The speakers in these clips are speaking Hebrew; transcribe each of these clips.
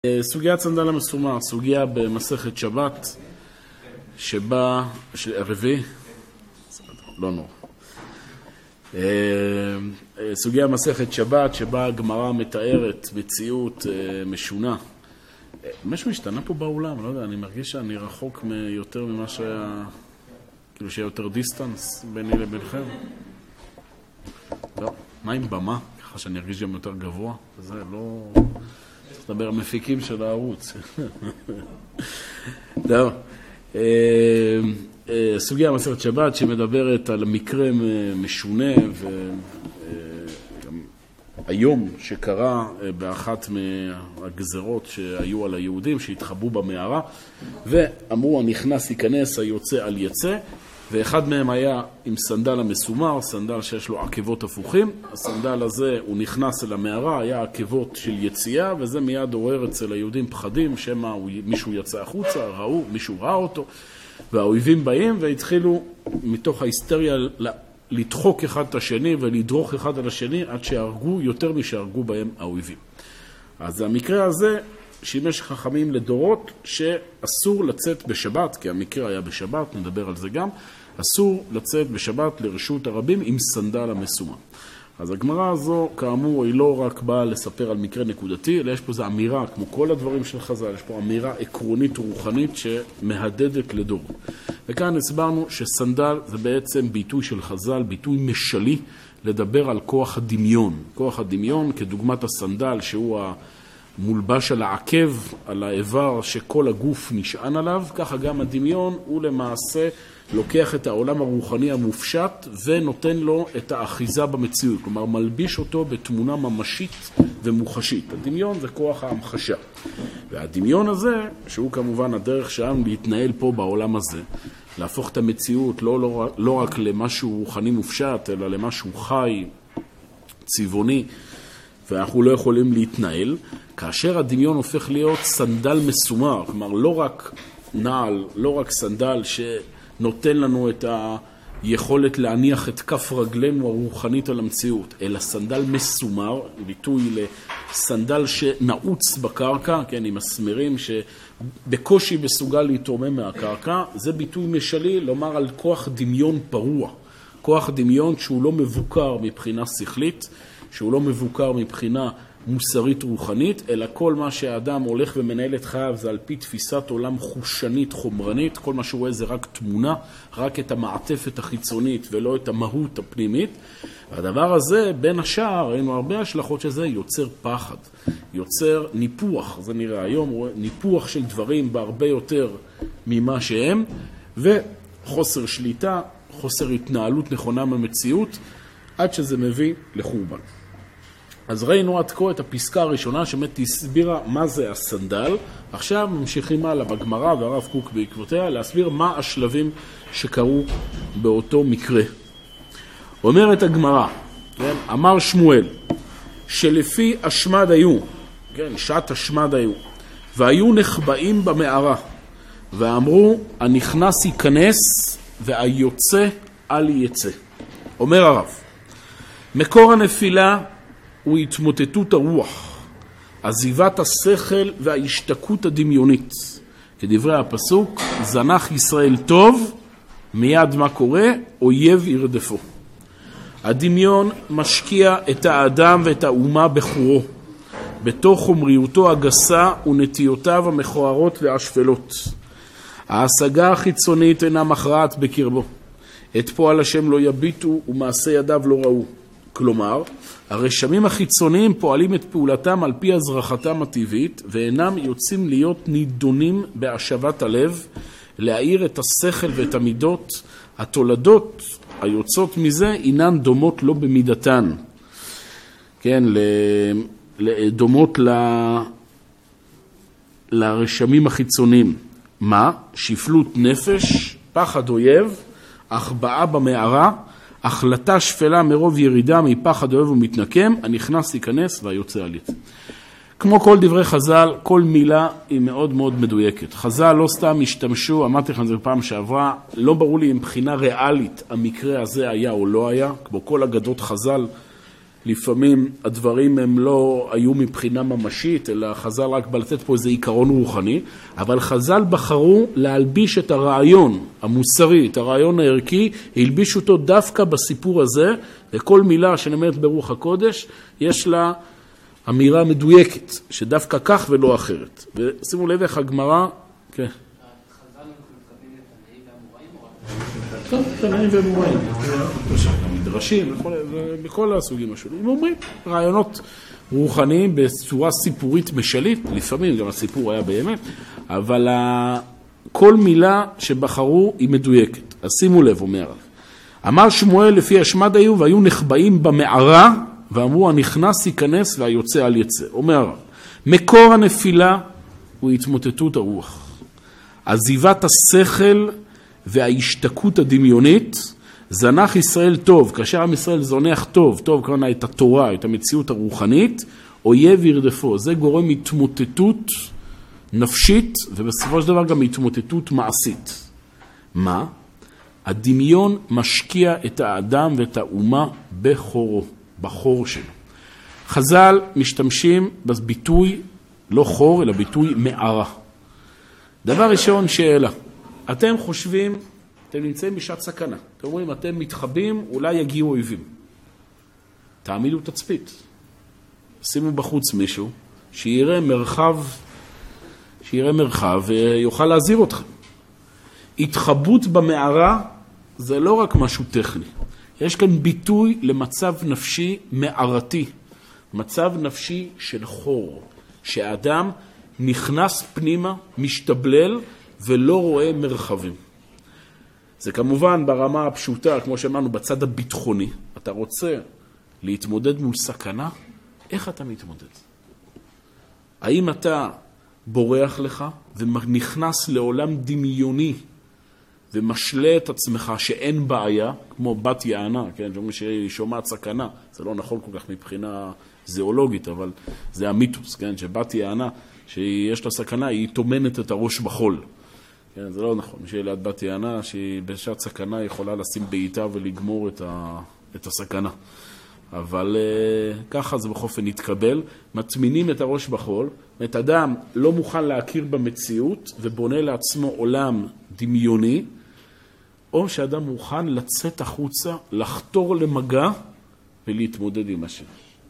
סוגיית סנדל המסומר, סוגיה במסכת שבת, שבה, רביעי, לא נורא. סוגיה במסכת שבת, שבה הגמרא מתארת מציאות משונה. משהו השתנה פה באולם, לא יודע, אני מרגיש שאני רחוק יותר ממה שהיה, כאילו שהיה יותר דיסטנס ביני לבינכם. לא, מה עם במה? ככה שאני ארגיש גם יותר גבוה, זה לא... צריך לדבר על מפיקים של הערוץ. טוב. סוגיה במסכת שבת שמדברת על מקרה משונה והיום שקרה באחת מהגזרות שהיו על היהודים שהתחבאו במערה ואמרו הנכנס ייכנס היוצא על יצא, ואחד מהם היה עם סנדל המסומר, סנדל שיש לו עקבות הפוכים. הסנדל הזה הוא נכנס אל המערה, היה עקבות של יציאה, וזה מיד עורר אצל היהודים פחדים שמה מישהו יצא החוצה, מישהו ראה אותו, והאויבים באים והתחילו מתוך ההיסטריה לדחוק אחד את השני ולדרוך אחד על השני עד שהרגו יותר משהרגו בהם האויבים. אז המקרה הזה שימש חכמים לדורות שאסור לצאת בשבת, כי המקרה היה בשבת, נדבר על זה גם, אסור לצאת בשבת לרשות הרבים עם סנדל המסומר. אז הגמרא הזו, כאמור, היא לא רק באה לספר על מקרה נקודתי, אלא יש פה זו אמירה, כמו כל הדברים של חז"ל, יש פה אמירה עקרונית רוחנית שמהדדת לדור. וכאן הסברנו שסנדל זה בעצם ביטוי של חז"ל, ביטוי משלי לדבר על כוח הדמיון. כוח הדמיון כדוגמת הסנדל שהוא מולבש על העקב, על האיבר שכל הגוף נשען עליו, ככה גם הדמיון הוא למעשה לוקח את העולם הרוחני המופשט ונותן לו את האחיזה במציאות, כלומר מלביש אותו בתמונה ממשית ומוחשית. הדמיון זה כוח ההמחשה. והדמיון הזה, שהוא כמובן הדרך שלנו להתנהל פה בעולם הזה, להפוך את המציאות לא רק למשהו רוחני מופשט, אלא למשהו חי, צבעוני, ואנחנו לא יכולים להתנהל, כאשר הדמיון הופך להיות סנדל מסומר, כלומר לא רק נעל, לא רק סנדל שנותן לנו את היכולת להניח את כף רגלנו הרוחנית על המציאות, אלא סנדל מסומר, ביטוי לסנדל שנעוץ בקרקע, כן, עם הסמרים שבקושי מסוגל להתרומם מהקרקע, זה ביטוי משלי לומר על כוח דמיון פרוע, כוח דמיון שהוא לא מבוקר מבחינה שכלית, שהוא לא מבוקר מבחינה מוסרית רוחנית, אלא כל מה שהאדם הולך ומנהל את חייו זה על פי תפיסת עולם חושנית חומרנית, כל מה שהוא רואה זה רק תמונה, רק את המעטפת החיצונית ולא את המהות הפנימית. והדבר הזה בין השאר, ראינו הרבה השלכות שזה, יוצר פחד, יוצר ניפוח, זה נראה היום, ניפוח של דברים בהרבה יותר ממה שהם, וחוסר שליטה, חוסר התנהלות נכונה במציאות, עד שזה מביא לחורבן. אז ראינו עד כה את הפסקה הראשונה שבאמת הסבירה מה זה הסנדל. עכשיו ממשיכים הלאה בגמרא והרב קוק בעקבותיה להסביר מה השלבים שקרו באותו מקרה. אומרת הגמרא, כן, אמר שמואל, שלפי השמד היו, כן, שעת השמד היו, והיו נחבאים במערה, ואמרו, הנכנס ייכנס והיוצא אל יצא. אומר הרב, מקור הנפילה הוא התמוטטות הרוח, עזיבת השכל וההשתקות הדמיונית. כדברי הפסוק, זנח ישראל טוב, מיד מה קורה? אויב ירדפו. הדמיון משקיע את האדם ואת האומה בחורו, בתוך חומריותו הגסה ונטיותיו המכוערות והשפלות. ההשגה החיצונית אינה מכרעת בקרבו. את פועל השם לא יביטו ומעשה ידיו לא ראו. כלומר, הרשמים החיצוניים פועלים את פעולתם על פי הזרחתם הטבעית, ואינם יוצאים להיות נידונים בהשבת הלב, להאיר את השכל ואת המידות. התולדות היוצאות מזה אינן דומות לא במידתן. כן, דומות לרשמים החיצוניים. מה? שפלות נפש, פחד אויב, החבאה במערה, החלטה שפלה מרוב ירידה מפחד אוהב ומתנקם, הנכנס ייכנס והיוצא על יצא. כמו כל דברי חז"ל, כל מילה היא מאוד מאוד מדויקת. חז"ל לא סתם השתמשו, אמרתי לכם זה פעם שעברה, לא ברור לי מבחינה ריאלית המקרה הזה היה או לא היה, כמו כל אגדות חז"ל, לפעמים הדברים הם לא היו מבחינה ממשית, אלא חז"ל רק בא לתת פה איזה עיקרון רוחני, אבל חז"ל בחרו להלביש את הרעיון המוסרי, את הרעיון הערכי, הלביש אותו דווקא בסיפור הזה, וכל מילה שנאמרת ברוח הקודש, יש לה אמירה מדויקת, שדווקא כך ולא אחרת. ושימו לב איך הגמרא, כן. טוב, תנאים ומוראים, מדרשים, בכל הסוגים השונים, אומרים רעיונות רוחניים בצורה סיפורית משלית, לפעמים גם הסיפור היה באמת, אבל כל מילה שבחרו היא מדויקת. אז שימו לב, אומר, אמר שמואל לפי השמד היו והיו נחבאים במערה, ואמרו הנכנס ייכנס והיוצא אל יצא. אומר, מקור הנפילה הוא התמוטטות הרוח, עזיבת השכל וההשתקות הדמיונית. זנח ישראל טוב, כאשר עם ישראל זונח טוב, טוב כמובן את התורה, את המציאות הרוחנית, אויב ירדפו. זה גורם התמוטטות נפשית, ובסופו של דבר גם התמוטטות מעשית. מה? הדמיון משקיע את האדם ואת האומה בחורו, בחור שלו. חז"ל משתמשים בביטוי לא חור, אלא ביטוי מערה. דבר ראשון, שאלה. אתם חושבים, אתם נמצאים בשעת סכנה. אתם אומרים, אתם מתחבאים, אולי יגיעו אויבים. תעמידו תצפית. שימו בחוץ מישהו, שיראה מרחב ויוכל להזהיר אתכם. התחבות במערה זה לא רק משהו טכני. יש כאן ביטוי למצב נפשי מערתי. מצב נפשי של חור. שהאדם נכנס פנימה, משתבלל, ולא רואה מרחבים. זה כמובן ברמה הפשוטה, כמו שאמרנו, בצד הביטחוני. אתה רוצה להתמודד מול סכנה? איך אתה מתמודד? האם אתה בורח לך ונכנס לעולם דמיוני ומשלה את עצמך שאין בעיה, כמו בת יענה, כן? מי ששומעת סכנה, זה לא נכון כל כך מבחינה זיאולוגית, אבל זה המיתוס, כן? שבת יענה, שיש לה סכנה, היא תומנת את הראש בחול. כן, זה לא נכון. שהיא ליד בת יענה, שהיא בשעת סכנה יכולה לשים בעיטה ולגמור את הסכנה. אבל ככה זה בחופן יתקבל. מטמינים את הראש בחול. את אדם לא מוכן להכיר במציאות ובונה לעצמו עולם דמיוני, או שאדם מוכן לצאת החוצה, לחתור למגע ולהתמודד עם השם.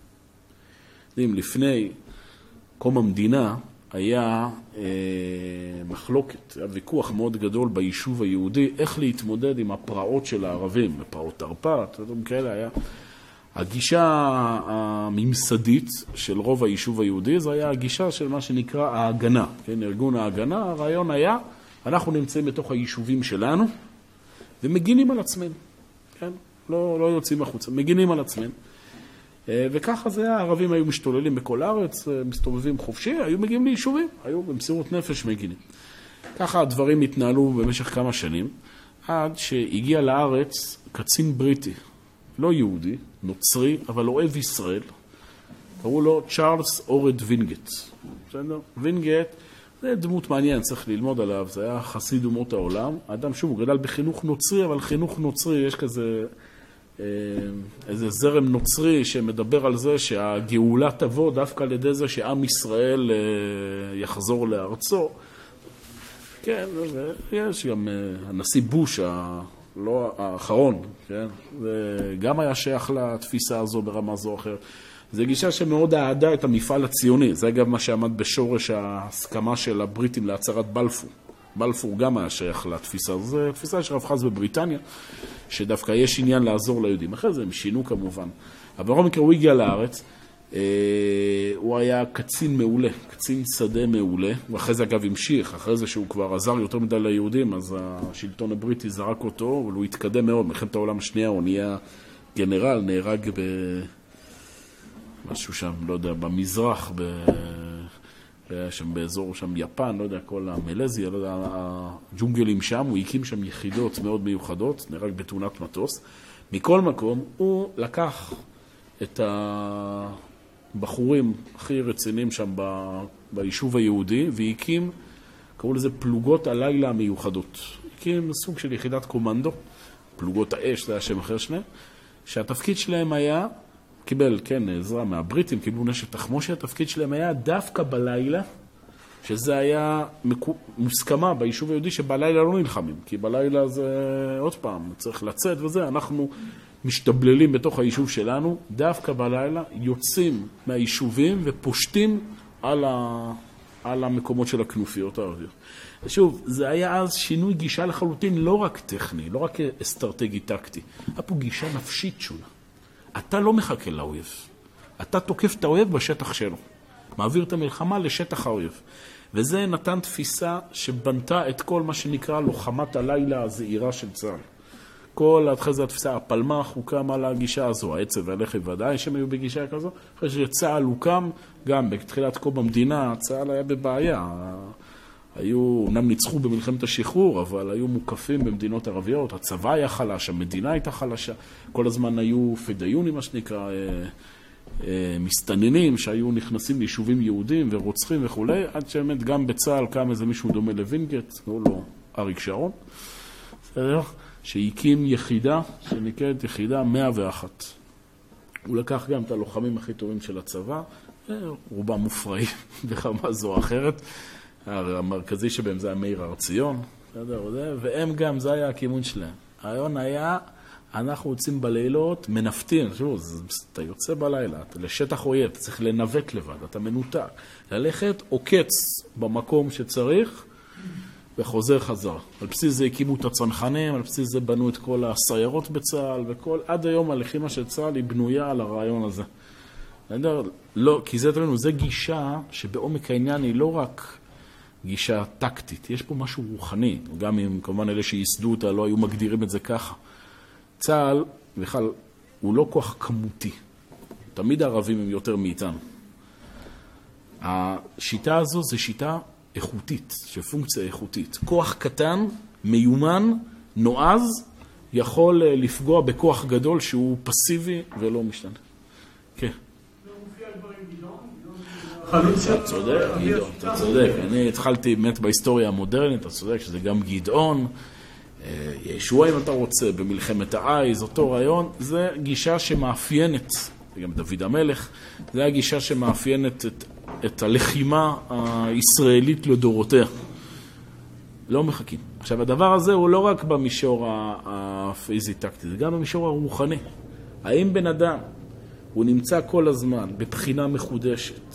לפני קום המדינה, היה מחלוקת, היה ויכוח מאוד גדול ביישוב היהודי, איך להתמודד עם הפרעות של הערבים, פרעות תרפ"ט, כאלה היה. הגישה הממסדית של רוב היישוב היהודי, זו היה הגישה של מה שנקרא ההגנה, כן, ארגון ההגנה. הרעיון היה, אנחנו נמצאים בתוך היישובים שלנו, ומגינים על עצמם, כן, לא יוצאים החוצה, מגינים על עצמם. וככה זה היה, הערבים היו משתוללים בכל הארץ, מסתובבים חופשי, היו מגיעים ליישובים, היו במסירות נפש מגינים. ככה הדברים התנהלו במשך כמה שנים, עד שהגיע לארץ קצין בריטי, לא יהודי, נוצרי, אבל אוהב ישראל, קראו לו צ'ארלס אורד וינגט. בסדר? וינגט זה דמות מעניין, צריך ללמוד עליו, זה היה חסיד אומות העולם. האדם שוב, הוא גדל בחינוך נוצרי, אבל חינוך נוצרי יש כזה איזה זרם נוצרי שמדבר על זה שהגאולה תבוא דווקא על ידי זה שעם ישראל יחזור לארצו. כן, יש גם הנשיא בוש, לא האחרון, כן? וגם היה שייך לתפיסה הזו ברמה זו או אחרת. זו גישה שמאוד אהדה את המפעל הציוני. זה אגב מה שעמד בשורש ההסכמה של הבריטים להצהרת בלפור. בלפור גם היה שייך לתפיסה. זו תפיסה שרווחה בבריטניה, שדווקא יש עניין לעזור ליהודים. אחרי זה הם שינו כמובן. אבל בכל מקרה הוא הגיע לארץ, הוא היה קצין מעולה, קצין שדה מעולה, ואחרי זה אגב המשיך, אחרי זה שהוא כבר עזר יותר מדי ליהודים, אז השלטון הבריטי זרק אותו, אבל הוא התקדם מאוד. מלחמת העולם השנייה הוא נהיה גנרל, נהרג משהו שם, לא יודע, במזרח, שם באזור שם יפן, לא יודע, כל המלזיה, לא יודע, הג'ונגלים שם, הוא הקים שם יחידות מאוד מיוחדות, נהרג בתאונת מטוס. מכל מקום, הוא לקח את הבחורים הכי רציניים שם ביישוב היהודי, והקים, קראו לזה פלוגות הלילה המיוחדות. הקים סוג של יחידת קומנדו, פלוגות האש, זה היה שם אחר שניהם, שהתפקיד שלהם היה קיבל, כן, עזרה מהבריטים, קיבלו נשק תחמושת, התפקיד שלהם היה דווקא בלילה, שזה היה מוסכמה ביישוב היהודי שבלילה לא נלחמים, כי בלילה זה עוד פעם, צריך לצאת וזה, אנחנו משתבללים בתוך היישוב שלנו, דווקא בלילה יוצאים מהיישובים ופושטים על המקומות של הכנופיות הערביות. שוב, זה היה אז שינוי גישה לחלוטין, לא רק טכני, לא רק אסטרטגי טקטי, היה פה גישה נפשית שונה. אתה לא מחכה לאויב, אתה תוקף את האויב בשטח שלו, מעביר את המלחמה לשטח האויב. וזה נתן תפיסה שבנתה את כל מה שנקרא לוחמת הלילה הזעירה של צה"ל. כל אחרי זה התפיסה, הפלמ"ח הוקם על הגישה הזו, העצב והלח"י ודאי שהם היו בגישה כזו, אחרי שצה"ל הוקם, גם בתחילת קום המדינה, צה"ל היה בבעיה. היו, אומנם ניצחו במלחמת השחרור, אבל היו מוקפים במדינות ערביות, הצבא היה חלש, המדינה הייתה חלשה, כל הזמן היו פדאיונים, מה שנקרא, מסתננים שהיו נכנסים ליישובים יהודים ורוצחים וכו', עד שבאמת גם בצה"ל קם איזה מישהו דומה לווינגייט, קראו לו אריק שרון, שהקים יחידה שנקראת יחידה 101. הוא לקח גם את הלוחמים הכי טובים של הצבא, רובם מופרעים ברמה זו או אחרת, המרכזי שבהם זה היה מאיר הר-ציון, והם גם, זה היה הכיוון שלהם. הרעיון היה, אנחנו יוצאים בלילות, מנפתים, אתה יוצא בלילה, אתה לשטח אויב, אתה צריך לנווט לבד, אתה מנותק, ללכת עוקץ במקום שצריך, וחוזר חזרה. על בסיס זה הקימו את הצנחנים, על בסיס זה בנו את כל הסיירות בצה"ל, עד היום הלחימה של צה"ל היא בנויה על הרעיון הזה. לא, כי זה גישה שבעומק העניין היא לא רק גישה טקטית, יש פה משהו רוחני, גם אם כמובן אלה שיסדו אותה לא היו מגדירים את זה ככה. צה"ל, בכלל, הוא לא כוח כמותי. תמיד הערבים הם יותר מאיתנו. השיטה הזו זה שיטה איכותית, שפונקציה איכותית. כוח קטן, מיומן, נועז, יכול לפגוע בכוח גדול שהוא פסיבי ולא משתנה. כן. אתה צודק, גדעון, אתה צודק. אני התחלתי באמת בהיסטוריה המודרנית, אתה צודק שזה גם גדעון, ישוע אם אתה רוצה, במלחמת האייז, אותו רעיון, זה גישה שמאפיינת, גם דוד המלך, זה הגישה שמאפיינת את הלחימה הישראלית לדורותיה. לא מחכים. עכשיו, הדבר הזה הוא לא רק במישור הפיזי-טקטי, זה גם במישור הרוחני. האם בן אדם, הוא נמצא כל הזמן בבחינה מחודשת,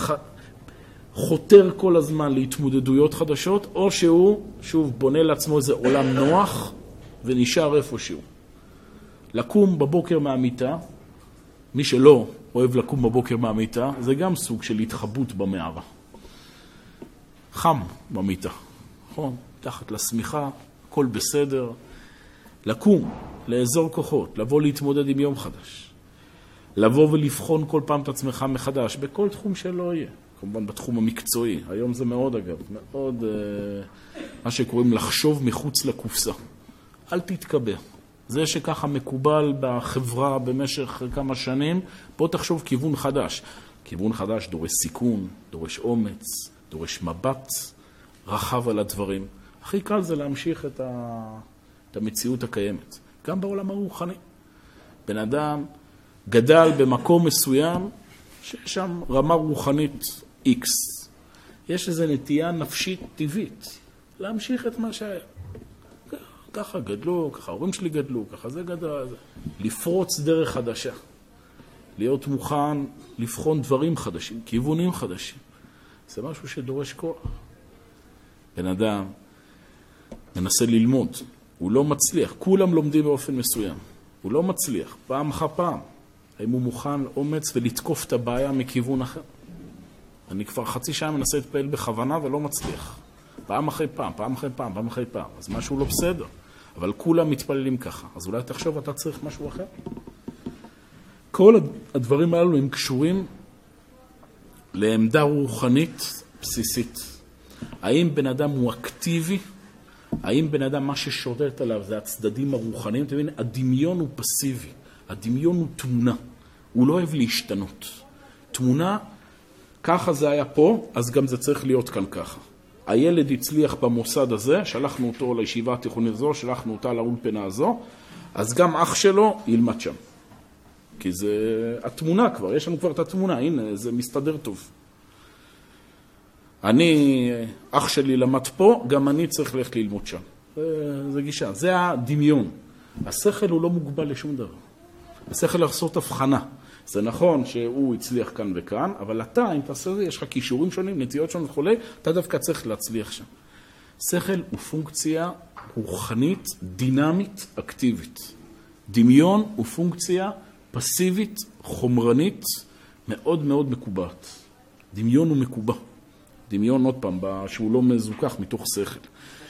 חותר כל הזמן להתמודדויות חדשות, או שהוא, שוב, בונה לעצמו איזה עולם נוח ונשאר איפשהו. לקום בבוקר מהמיטה, מי שלא אוהב לקום בבוקר מהמיטה, זה גם סוג של התחבות במערה. חם במיטה, נכון? תחת לשמיכה, הכל בסדר. לקום, לאזור כוחות, לבוא להתמודד עם יום חדש. לבוא ולבחון כל פעם את עצמך מחדש, בכל תחום שלא יהיה. כמובן בתחום המקצועי. היום זה מאוד, אגב, מאוד מה שקוראים לחשוב מחוץ לקופסה. אל תתקבע. זה שככה מקובל בחברה במשך כמה שנים, בוא תחשוב כיוון חדש. כיוון חדש דורש סיכון, דורש אומץ, דורש מבט רחב על הדברים. הכי קל זה להמשיך את המציאות הקיימת. גם בעולם הרוחני. בן אדם גדל במקום מסוים שיש שם רמה רוחנית X. יש איזו נטייה נפשית טבעית להמשיך את מה שהיה. ככה גדלו, ככה ההורים שלי גדלו, ככה זה גדל. לפרוץ דרך חדשה. להיות מוכן לבחון דברים חדשים, כיוונים חדשים. זה משהו שדורש כוח. בן אדם מנסה ללמוד, הוא לא מצליח. כולם לומדים באופן מסוים. הוא לא מצליח, פעם אחר פעם. האם הוא מוכן אומץ ולתקוף את הבעיה מכיוון אחר? אני כבר חצי שעה מנסה להתפעל בכוונה ולא מצליח. פעם אחרי פעם, פעם אחרי פעם, פעם אחרי פעם. אז משהו לא בסדר. אבל כולם מתפללים ככה. אז אולי תחשוב, אתה צריך משהו אחר? כל הדברים האלו הם קשורים לעמדה רוחנית בסיסית. האם בן אדם הוא אקטיבי? האם בן אדם מה ששולט עליו זה הצדדים הרוחניים? אתה מבין? הדמיון הוא פסיבי. הדמיון הוא תמונה. הוא לא אוהב להשתנות. תמונה, ככה זה היה פה, אז גם זה צריך להיות כאן ככה. הילד הצליח במוסד הזה, שלחנו אותו לישיבה התיכונית הזו, שלחנו אותה לאולפנה הזו, אז גם אח שלו ילמד שם. כי זה התמונה כבר, יש לנו כבר את התמונה, הנה, זה מסתדר טוב. אח שלי למד פה, גם אני צריך ללכת ללמוד שם. זה גישה, זה הדמיון. השכל הוא לא מוגבל לשום דבר. השכל לעשות הבחנה. זה נכון שהוא הצליח כאן וכאן, אבל אתה, אם תעשה זה, יש לך כישורים שונים, נטיות שונות וכו', אתה דווקא צריך להצליח שם. שכל הוא פונקציה רוחנית, דינמית, אקטיבית. דמיון הוא פונקציה פסיבית, חומרנית, מאוד מאוד מקובעת. דמיון הוא מקובע. דמיון עוד פעם, שהוא לא מזוכח מתוך שכל.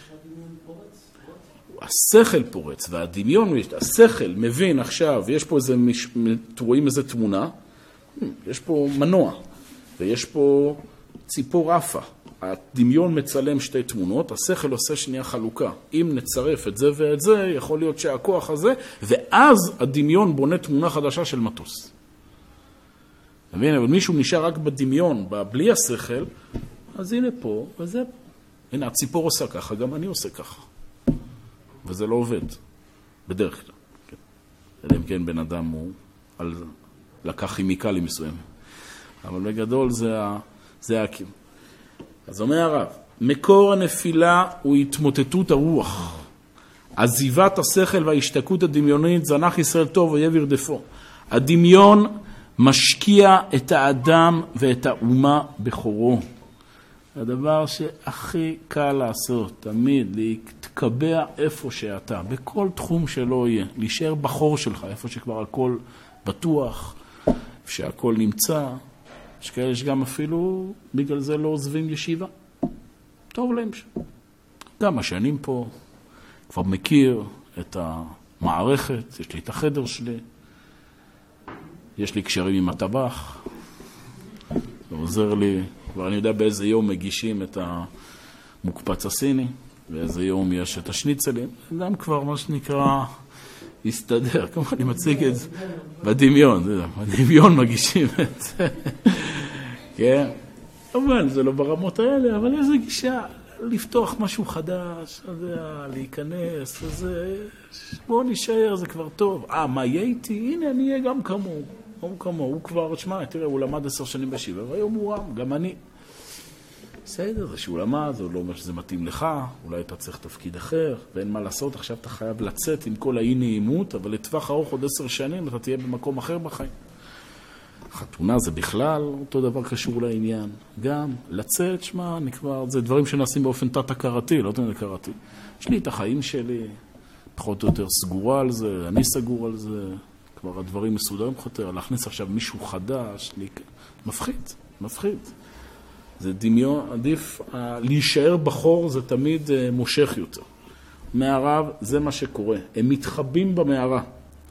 השכל פורץ, והדמיון, השכל מבין עכשיו, יש פה איזה, רואים איזה תמונה, יש פה מנוע, ויש פה ציפור עפה. הדמיון מצלם שתי תמונות, השכל עושה שנייה חלוקה. אם נצרף את זה ואת זה, יכול להיות שהכוח הזה, ואז הדמיון בונה תמונה חדשה של מטוס. מבין, אבל מישהו נשאר רק בדמיון, בלי השכל, אז הנה פה, וזה, הנה, הציפור עושה ככה, גם אני עושה ככה. וזה לא עובד, בדרך כלל. כן. אלא אם כן בן אדם הוא לקח כימיקלים מסוימים. אבל בגדול זה הקים. אז אומר הרב, מקור הנפילה הוא התמוטטות הרוח. עזיבת השכל וההשתקעות הדמיונית, זנח ישראל טוב ואויב ירדפו. הדמיון משקיע את האדם ואת האומה בחורו. הדבר שהכי קל לעשות, תמיד, להתקבע איפה שאתה, בכל תחום שלא יהיה, להישאר בחור שלך, איפה שכבר הכל בטוח, שהכל נמצא. יש כאלה שגם אפילו בגלל זה לא עוזבים ישיבה. טוב להם שם. גם השנים פה, כבר מכיר את המערכת, יש לי את החדר שלי, יש לי קשרים עם הטבח, זה עוזר לי. כבר אני יודע באיזה יום מגישים את המוקפץ הסיני, באיזה יום יש את השניצלים. גם כבר מה שנקרא יסתדר, כמו אני מציג את זה בדמיון, בדמיון מגישים את זה. כן, אבל זה לא ברמות האלה, אבל איזה גישה, לפתוח משהו חדש, להיכנס, בואו נשאר, זה כבר טוב. מה יהיה איתי? הנה, אני אהיה גם כמוהו. הוא כבר, תשמע, תראה, הוא למד 10 שנים בשיבה, והיום הוא רם, גם אני. בסדר, זה שהוא למד, זה לא אומר שזה מתאים לך, אולי אתה צריך תפקיד אחר, ואין מה לעשות, עכשיו אתה חייב לצאת עם כל האי נעימות, אבל לטווח ארוך עוד 10 שנים אתה תהיה במקום אחר בחיים. חתונה זה בכלל אותו דבר קשור לעניין. גם לצאת, שמה, זה דברים שנעשים באופן תת-הכרתי, לא תת-הכרתי. יש לי את החיים שלי, פחות או יותר סגורה על זה, אני סגור על זה, כבר הדברים מסודרים יותר, להכניס עכשיו מישהו חדש, מפחיד. זה דמיון, עדיף, להישאר בחור זה תמיד מושך יותר. מערב זה מה שקורה, הם מתחבים במערה.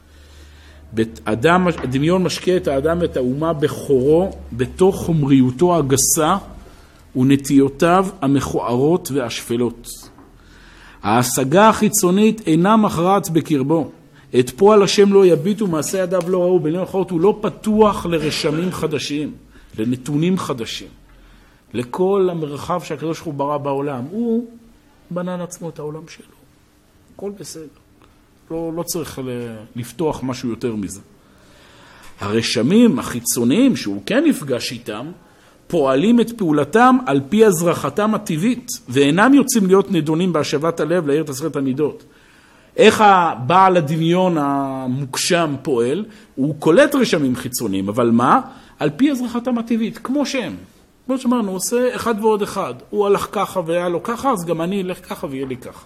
הדמיון משקיע את האדם ואת האומה בחורו, בתוך חומריותו הגסה ונטיותיו המכוערות והשפלות. ההשגה החיצונית אינה מכרעת בקרבו. את פועל השם לא יביט ומעשה ידיו לא ראו, במילים אחרות הוא לא פתוח לרשמים חדשים, לנתונים חדשים, לכל המרחב שהקדוש ברוך הוא ברא בעולם. הוא בנה לעצמו את העולם שלו. הכל בסדר. לא צריך לפתוח משהו יותר מזה. הרשמים החיצוניים שהוא כן נפגש איתם, פועלים את פעולתם על פי הזרחתם הטבעית, ואינם יוצאים להיות נדונים בהשבת הלב להאיר את 10 המידות. איך הבעל הדמיון המוקשם פועל? הוא קולט רשמים חיצוניים, אבל מה? על פי הזרחתם הטבעית, כמו שהם. כמו שאמרנו, הוא עושה 1 ועוד 1. הוא הלך ככה והיה לו ככה, אז גם אני אלך ככה ויהיה לי ככה.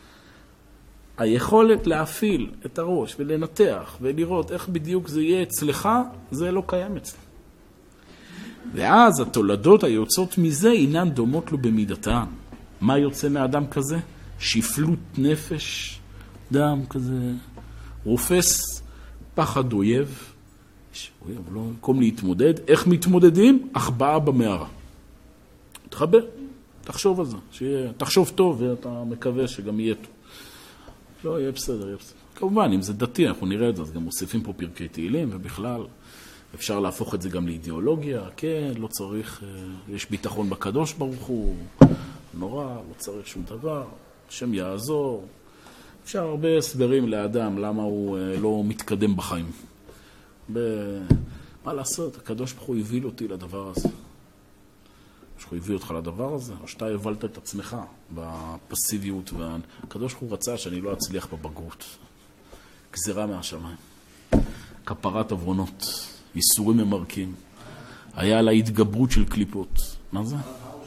היכולת להפעיל את הראש ולנתח ולראות איך בדיוק זה יהיה אצלך, זה לא קיים אצלך. ואז התולדות היוצאות מזה אינן דומות לו במידתן. מה יוצא מאדם כזה? שפלות נפש, דם כזה, רופס, פחד אויב. אויב, לא מקום להתמודד. איך מתמודדים? החבאה במערה. תחבר, תחשוב על זה. תחשוב טוב ואתה מקווה שגם יהיה טוב. לא, יהיה בסדר, יהיה בסדר. כמובן, אם זה דתי, אנחנו נראה את זה, אז גם מוסיפים פה פרקי תהילים, ובכלל אפשר להפוך את זה גם לאידיאולוגיה, כן, לא צריך, יש ביטחון בקדוש ברוך הוא, נורא, לא צריך שום דבר, השם יעזור. אפשר הרבה הסברים לאדם למה הוא לא מתקדם בחיים. מה לעשות? הקדוש ברוך הוא הביא אותי לדבר הזה. שהוא הביא אותך לדבר הזה, או שאתה הבלת את עצמך בפסיביות, והקדוש ברוך הוא רצה שאני לא אצליח בבגרות. גזירה מהשמיים. כפרת עוונות, איסורים ממרקים. היה לה התגברות של קליפות. מה זה?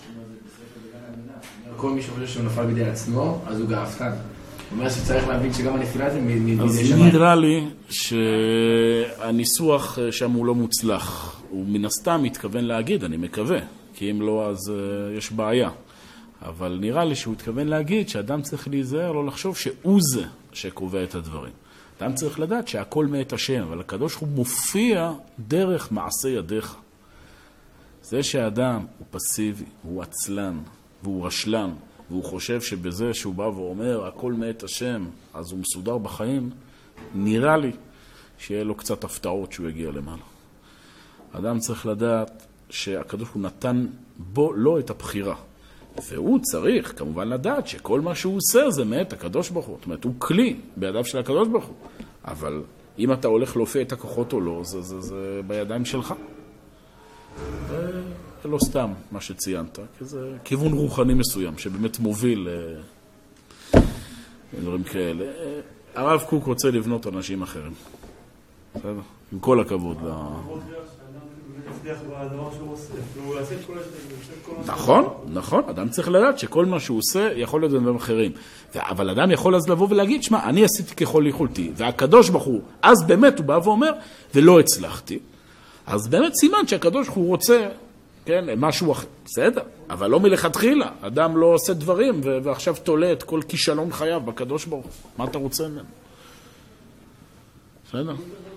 כל מי שחושב שהוא נפל בידי עצמו, אז הוא גאוותן. הוא אומר שצריך להבין שגם הנפילה זה מידי שמיים. אז נראה לי שהניסוח שם הוא לא מוצלח. הוא מן הסתם מתכוון להגיד, אני מקווה. כי אם לא, אז יש בעיה. אבל נראה לי שהוא התכוון להגיד שאדם צריך להיזהר, לא לחשוב שהוא זה שקובע את הדברים. אדם צריך לדעת שהכל מאת השם, אבל הקדוש הוא מופיע דרך מעשה ידיך. זה שהאדם הוא פסיבי, הוא עצלן, והוא רשלן, והוא חושב שבזה שהוא בא ואומר, הכל מאת השם, אז הוא מסודר בחיים, נראה לי שיהיה לו קצת הפתעות שהוא יגיע למעלה. האדם צריך לדעת שהקדוש הוא נתן בו לא את הבחירה. והוא צריך כמובן לדעת שכל מה שהוא עושה זה מאת הקדוש ברוך הוא. זאת אומרת, הוא כלי בידיו של הקדוש ברוך הוא. אבל אם אתה הולך להופיע את הכוחות או לא, זה בידיים שלך. ולא סתם מה שציינת, כי זה כיוון רוחני מסוים שבאמת מוביל דברים כאלה. הרב קוק רוצה לבנות אנשים אחרים. בסדר? עם כל הכבוד נכון, אדם צריך לדעת שכל מה שהוא עושה יכול להיות דברים אחרים. אבל אדם יכול אז לבוא ולהגיד, שמע, אני עשיתי ככל יכולתי, והקדוש ברוך הוא, אז באמת הוא בא ואומר, ולא הצלחתי. אז באמת סימן שהקדוש ברוך הוא רוצה, כן, משהו אחר, בסדר, אבל לא מלכתחילה. אדם לא עושה דברים, ועכשיו תולה את כל כישלון חייו בקדוש ברוך הוא. מה אתה רוצה ממנו? בסדר?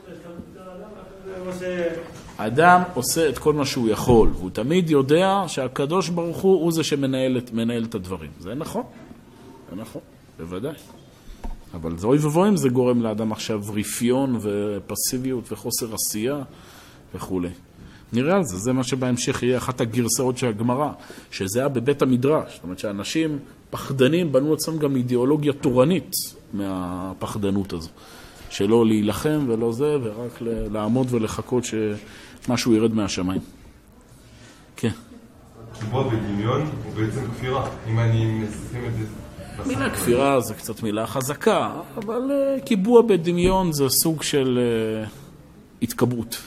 אדם עושה את כל מה שהוא יכול, והוא תמיד יודע שהקדוש ברוך הוא זה שמנהל את הדברים. זה נכון, בוודאי. אבל זה אוי ובוים, זה גורם לאדם עכשיו רפיון ופסיביות וחוסר עשייה וכו'. נראה על זה, זה מה שבהמשך יהיה אחת הגרסאות של הגמרא, שזה היה בבית המדרש. זאת אומרת שאנשים פחדנים בנו עצמם גם אידיאולוגיה תורנית מהפחדנות הזו. שלא להילחם ולא זה, ורק לעמוד ולחכות שמשהו ירד מהשמיים. כן. קיבוע בדמיון הוא בעצם כפירה. אם אני מנסים את זה... מילה כפירה זה קצת מילה חזקה, אבל קיבוע בדמיון זה סוג של התקברות.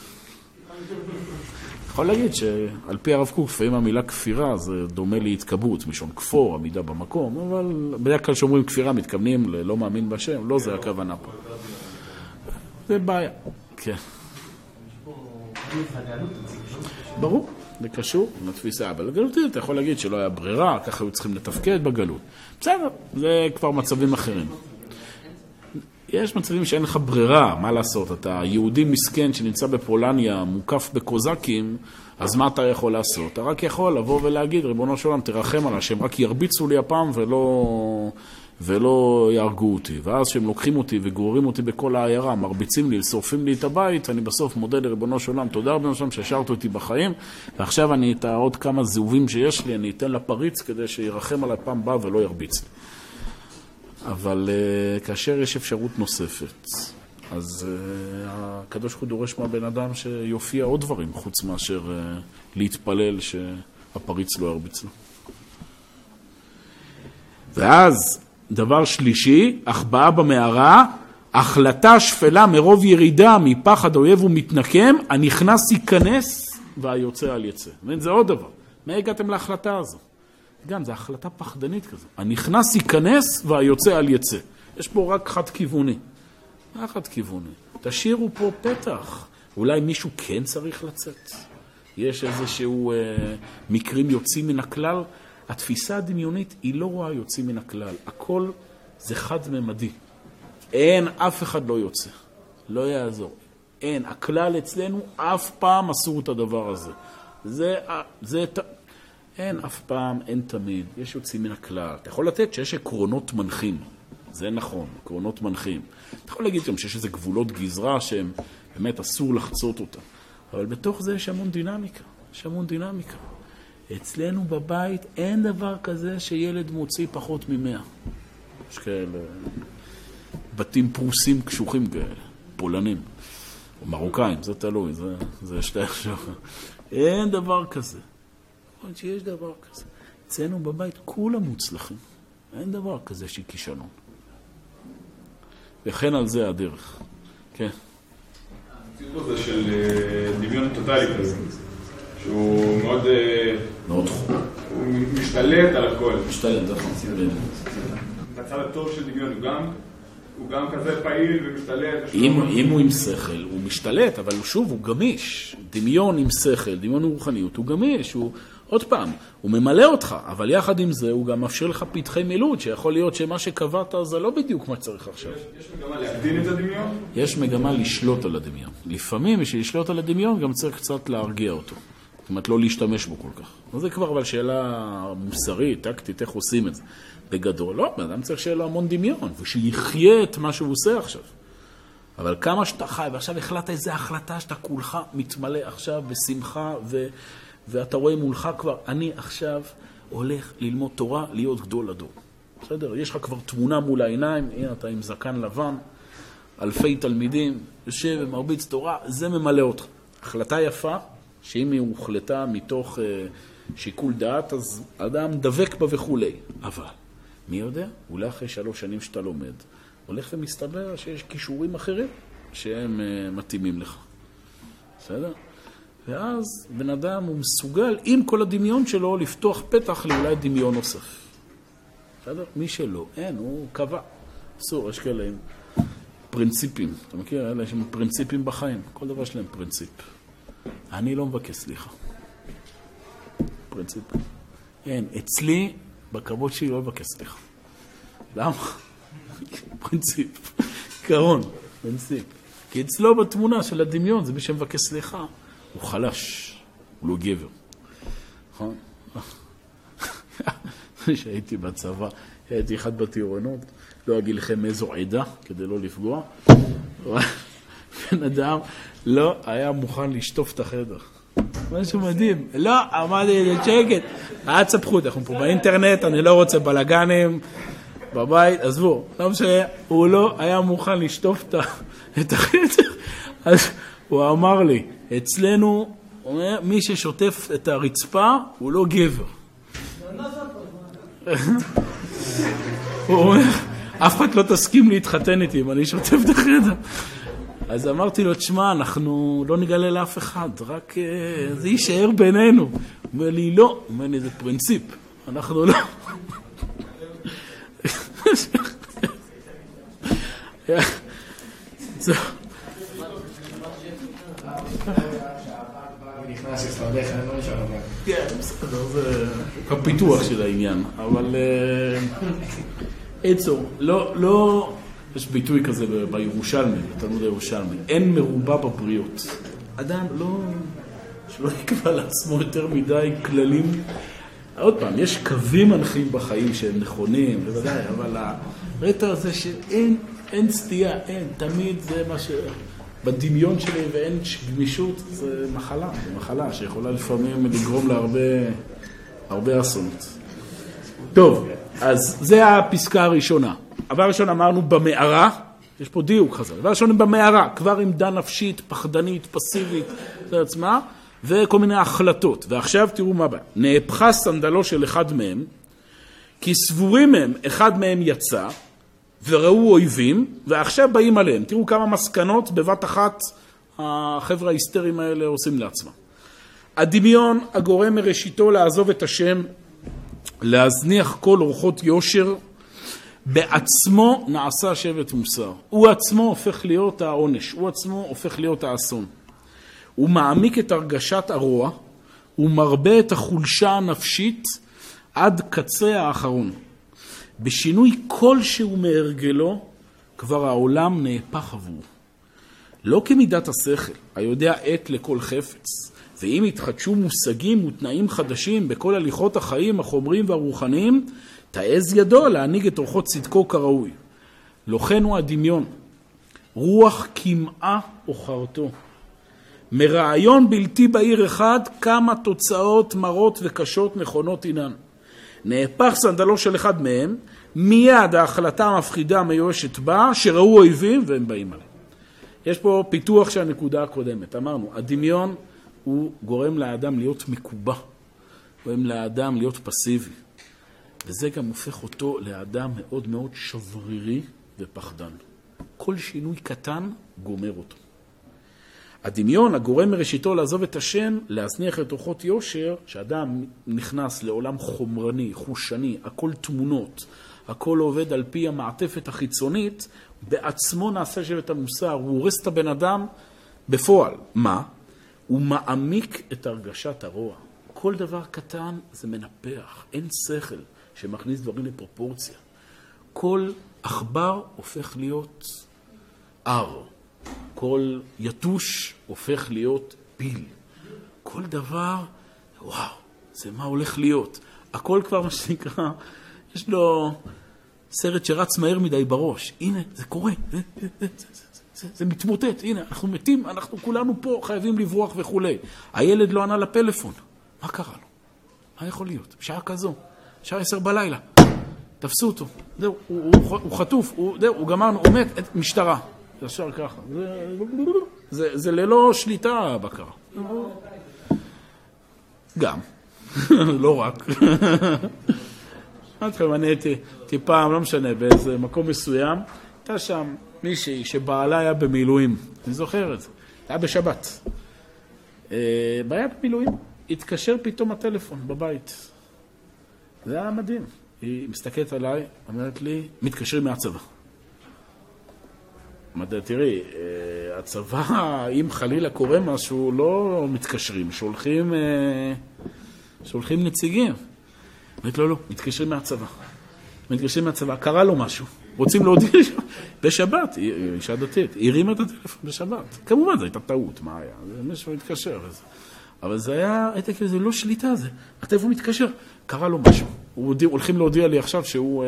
יכול להגיד שעל פי הרב קוק, לפעמים המילה כפירה זה דומה להתקברות, משון כפור, עמידה במקום, אבל בדרך כלל שאומרים כפירה מתכוונים ללא מאמין בשם, לא זה הכוונה פה. זה בעיה, כן. ברור, זה קשור לתפיסה, אבל לגלותית אתה יכול להגיד שלא היה ברירה, ככה היו צריכים לתפקד בגלות. בסדר, זה כבר מצבים אחרים. יש מצבים שאין לך ברירה, מה לעשות? אתה יהודי מסכן שנמצא בפולניה, מוקף בקוזקים, אז מה אתה יכול לעשות? אתה רק יכול לבוא ולהגיד, ריבונו של עולם, תרחם על השם, רק ירביצו לי הפעם ולא יהרגו אותי. ואז שהם לוקחים אותי וגוררים אותי בכל העיירה, מרביצים לי, שורפים לי את הבית, אני בסוף מודה לריבונו של עולם, תודה רבנו של עולם שהשארת אותי בחיים, ועכשיו אני את עוד כמה זהובים שיש לי, אני אתן לפריץ כדי שירחם על הפעם הבא ולא ירביץ לי. אבל כאשר יש אפשרות נוספת, אז הקדוש ברוך הוא דורש מהבן אדם שיופיע עוד דברים, חוץ מאשר להתפלל שהפריץ לא ירביץ לו. ואז דבר שלישי, החבאה במערה, החלטה שפלה מרוב ירידה, מפחד אויב ומתנקם, הנכנס ייכנס והיוצא על יצא. זה עוד דבר. מה הגעתם להחלטה הזו? גם, זו החלטה פחדנית כזו. הנכנס ייכנס והיוצא על יצא. יש פה רק חד כיווני. חד כיווני. תשאירו פה פתח. אולי מישהו כן צריך לצאת. יש איזשהו מקרים יוצאים מן הכלל. התפיסה הדמיונית היא לא רואה יוצאים מן הכלל. הכל זה חד-ממדי. אין, אף אחד לא יוצא. לא יעזור. אין, הכלל אצלנו אף פעם אסור את הדבר הזה. זה אין אף פעם, אין תמיד, יש יוצאים מן הכלל. אתה יכול לתת שיש עקרונות מנחים, זה נכון, עקרונות מנחים. אתה יכול להגיד גם שיש איזה גבולות גזרה שהם באמת אסור לחצות אותם. אבל בתוך זה יש המון דינמיקה, אצלנו בבית אין דבר כזה שילד מוציא פחות מ100. יש כאלה בתים פרוסים קשוחים כאלה, פולנים. מרוקאים, זה תלוי, זה שתי עכשיו. אין דבר כזה. עוד שיש דבר כזה. אצלנו בבית כולם מוצלחים. אין דבר כזה שהיא כישלון. וכן על זה הדרך. כן. הציבור הזה של דמיון טוטלי כזה, שהוא מאוד... מאוד חום. הוא משתלט על הכל. משתלט, זה חמצי. בצד הטוב של דמיון הוא גם כזה פעיל ומשתלט. אם הוא עם שכל, הוא משתלט, אבל שוב, הוא גמיש. דמיון עם שכל, דמיון רוחניות, הוא גמיש. הוא, עוד פעם, הוא ממלא אותך, אבל יחד עם זה הוא גם מאפשר לך פתחי מילוד, שיכול להיות שמה שקבעת זה לא בדיוק מה צריך עכשיו. יש מגמה להקטין את הדמיון? יש מגמה לשלוט על הדמיון. לפעמים, בשביל לשלוט על הדמיון, גם צריך קצת להרגיע אותו. זאת אומרת, לא להשתמש בו כל כך. זה כבר אבל שאלה מוסרית, טקטית, איך עושים את זה. בגדול, לא, אדם צריך שיהיה לו המון דמיון, ושיחיה את מה שהוא עושה עכשיו. אבל כמה שאתה חי, ועכשיו החלטת איזו החלטה שאתה כולך מתמלא עכשיו בשמחה, ואתה רואה מולך כבר, אני עכשיו הולך ללמוד תורה, להיות גדול הדור. בסדר? יש לך כבר תמונה מול העיניים, הנה אתה עם זקן לבן, אלפי תלמידים, יושב ומרביץ תורה, זה ממלא אותך. החלטה יפה, שאם היא הוחלטה מתוך שיקול דעת, אז אדם דבק בה וכולי. אבל, מי יודע? אולי אחרי 3 שנים שאתה לומד, הולך ומסתבר שיש כישורים אחרים שהם מתאימים לך. בסדר? ואז בן אדם הוא מסוגל, עם כל הדמיון שלו, לפתוח פתח לאולי דמיון נוסף. בסדר? מי שלא, אין, הוא קבע. אסור, יש כאלה עם פרינציפים. אתה מכיר? אלה יש פרינציפים בחיים. כל דבר שלהם פרינציפ. אני לא מבקש סליחה. פרינציפ. אין, אצלי, בכבוד שלי לא מבקש סליחה. למה? פרינציפ. עיקרון, פרינציפ. כי אצלו בתמונה של הדמיון, זה מי שמבקש סליחה. הוא חלש, הוא לא גבר. נכון? שהייתי בצבא, הייתי אחד בטירונות, לא אגיד לכם איזו עדה, כדי לא לפגוע. בן אדם לא היה מוכן לשטוף את החדר. משהו מדהים. לא, אמרתי את שקט. אל תספחו, אנחנו פה באינטרנט, אני לא רוצה בלגנים בבית, עזבו. לא משנה, הוא לא היה מוכן לשטוף את החדר. אז הוא אמר לי, אצלנו, מי ששוטף את הרצפה, הוא לא גבר. הוא אומר, אף אחד לא תסכים להתחתן איתי אם אני שוטף את החדר. אז אמרתי לו, תשמע, אנחנו לא נגלה לאף אחד, רק זה יישאר בינינו. הוא אומר לי, לא. הוא אומר לי, זה פרינציפ. אנחנו לא. זהו. נכנס אצלך, אני לא נשאר לבד. כן, בסדר, זה הפיתוח של העניין. אבל עצור, לא... יש ביטוי כזה בירושלמי, בתלמוד הירושלמי. אין מרובה בבריות. אדם שלא יקבע לעצמו יותר מדי כללים. עוד פעם, יש קווים מנחים בחיים שהם נכונים, בוודאי, אבל הרקע הזה שאין סטייה, אין, תמיד זה מה בדמיון שלי ואין גמישות, זה מחלה שיכולה לפעמים לגרום להרבה אסונות. טוב, אז זה הפסקה הראשונה. הדבר הראשון אמרנו במערה, יש פה דיוק חזר, הדבר הראשון במערה, כבר עמדה נפשית, פחדנית, פסיבית, זה עצמה, וכל מיני החלטות. ועכשיו תראו מה בא. נהפכה סנדלו של אחד מהם, כי סבורים הם, אחד מהם יצא, וראו אויבים, ועכשיו באים עליהם. תראו כמה מסקנות בבת אחת החבר'ה ההיסטריים האלה עושים לעצמם. הדמיון הגורם מראשיתו לעזוב את השם, להזניח כל אורחות יושר, בעצמו נעשה שבט מוסר. הוא עצמו הופך להיות העונש, הוא עצמו הופך להיות האסון. הוא מעמיק את הרגשת הרוע, הוא מרבה את החולשה הנפשית עד קצה האחרון. בשינוי כלשהו מהרגלו, כבר העולם נהפך עבור. לא כמידת השכל, היודע עת לכל חפץ, ואם התחדשו מושגים ותנאים חדשים בכל הליכות החיים, החומרים והרוחניים, תעז ידו להנהיג את אורחות צדקו כראוי. לא כן הוא הדמיון, רוח כמעה אוכרתו. מרעיון בלתי בהיר אחד, כמה תוצאות מרות וקשות נכונות אינן. נהפך סנדלו של אחד מהם, מיד ההחלטה המפחידה מיואשת בה, שראו אויבים והם באים עליהם. יש פה פיתוח של הנקודה הקודמת. אמרנו, הדמיון הוא גורם לאדם להיות מקובע, גורם לאדם להיות פסיבי. וזה גם הופך אותו לאדם מאוד מאוד שברירי ופחדן. כל שינוי קטן גומר אותו. הדמיון הגורם מראשיתו לעזוב את השם, להזניח את אורחות יושר, שאדם נכנס לעולם חומרני, חושני, הכל תמונות, הכל עובד על פי המעטפת החיצונית, בעצמו נעשה שבט המוסר, הוא הורס את הבן אדם בפועל. מה? הוא מעמיק את הרגשת הרוע. כל דבר קטן זה מנפח, אין שכל שמכניס דברים לפרופורציה. כל עכבר הופך להיות ער, כל יתוש הופך להיות פיל. כל דבר, וואו, זה מה הולך להיות. הכל כבר מה שנקרא, יש לו סרט שרץ מהר מדי בראש. הנה, זה קורה, זה מתמוטט. הנה, אנחנו מתים, אנחנו כולנו פה חייבים לברוח וכו'. הילד לא ענה לפלאפון. מה קרה לו? מה יכול להיות? בשעה כזו, שעה 10 בלילה. תפסו אותו. זהו, הוא חטוף, הוא גמרנו, הוא מת, משטרה. זה ישר ככה. זה ללא שליטה בקרה. גם. לא רק. אני הייתי פעם, לא משנה, באיזה מקום מסוים, הייתה שם מישהי שבעלה היה במילואים. אני זוכר את זה. היה בשבת. היה במילואים. התקשר פתאום הטלפון בבית. זה היה מדהים. היא מסתכלת עליי, אומרת לי, מתקשרים מהצבא. תראי, הצבא, אם חלילה קורה משהו, לא מתקשרים, שולחים נציגים. אומרת לו, לא, מתקשרים מהצבא. מתקשרים מהצבא, קרה לו משהו. רוצים להודיע בשבת, אישה דתית, הרימה את הטלפון בשבת. כמובן, זו הייתה טעות, מה היה? מישהו מתקשר. אבל זה היה, הייתה כאילו, זה לא שליטה, זה. הטלפון מתקשר, קרה לו משהו. הולכים להודיע לי עכשיו שהוא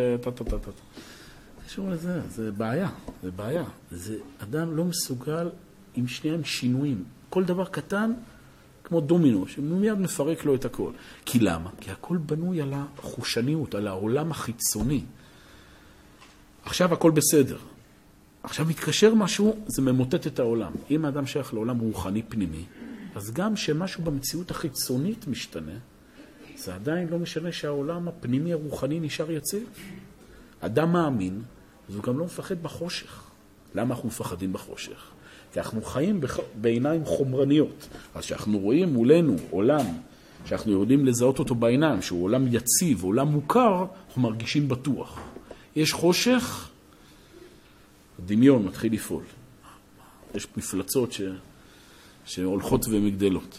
זה בעיה, זה בעיה. זה אדם לא מסוגל עם שניהם שינויים. כל דבר קטן, כמו דומינו, שמיד מפרק לו את הכל. כי למה? כי הכל בנוי על החושניות, על העולם החיצוני. עכשיו הכל בסדר. עכשיו מתקשר משהו, זה ממוטט את העולם. אם האדם שייך לעולם רוחני פנימי, אז גם שמשהו במציאות החיצונית משתנה, זה עדיין לא משנה שהעולם הפנימי הרוחני נשאר יציב. אדם מאמין, אז הוא גם לא מפחד בחושך. למה אנחנו מפחדים בחושך? כי אנחנו חיים בעיניים חומרניות. אז שאנחנו רואים מולנו עולם, שאנחנו יודעים לזהות אותו בעיניים, שהוא עולם יציב, עולם מוכר, אנחנו מרגישים בטוח. יש חושך, הדמיון מתחיל לפעול. יש מפלצות שהולכות ומגדלות.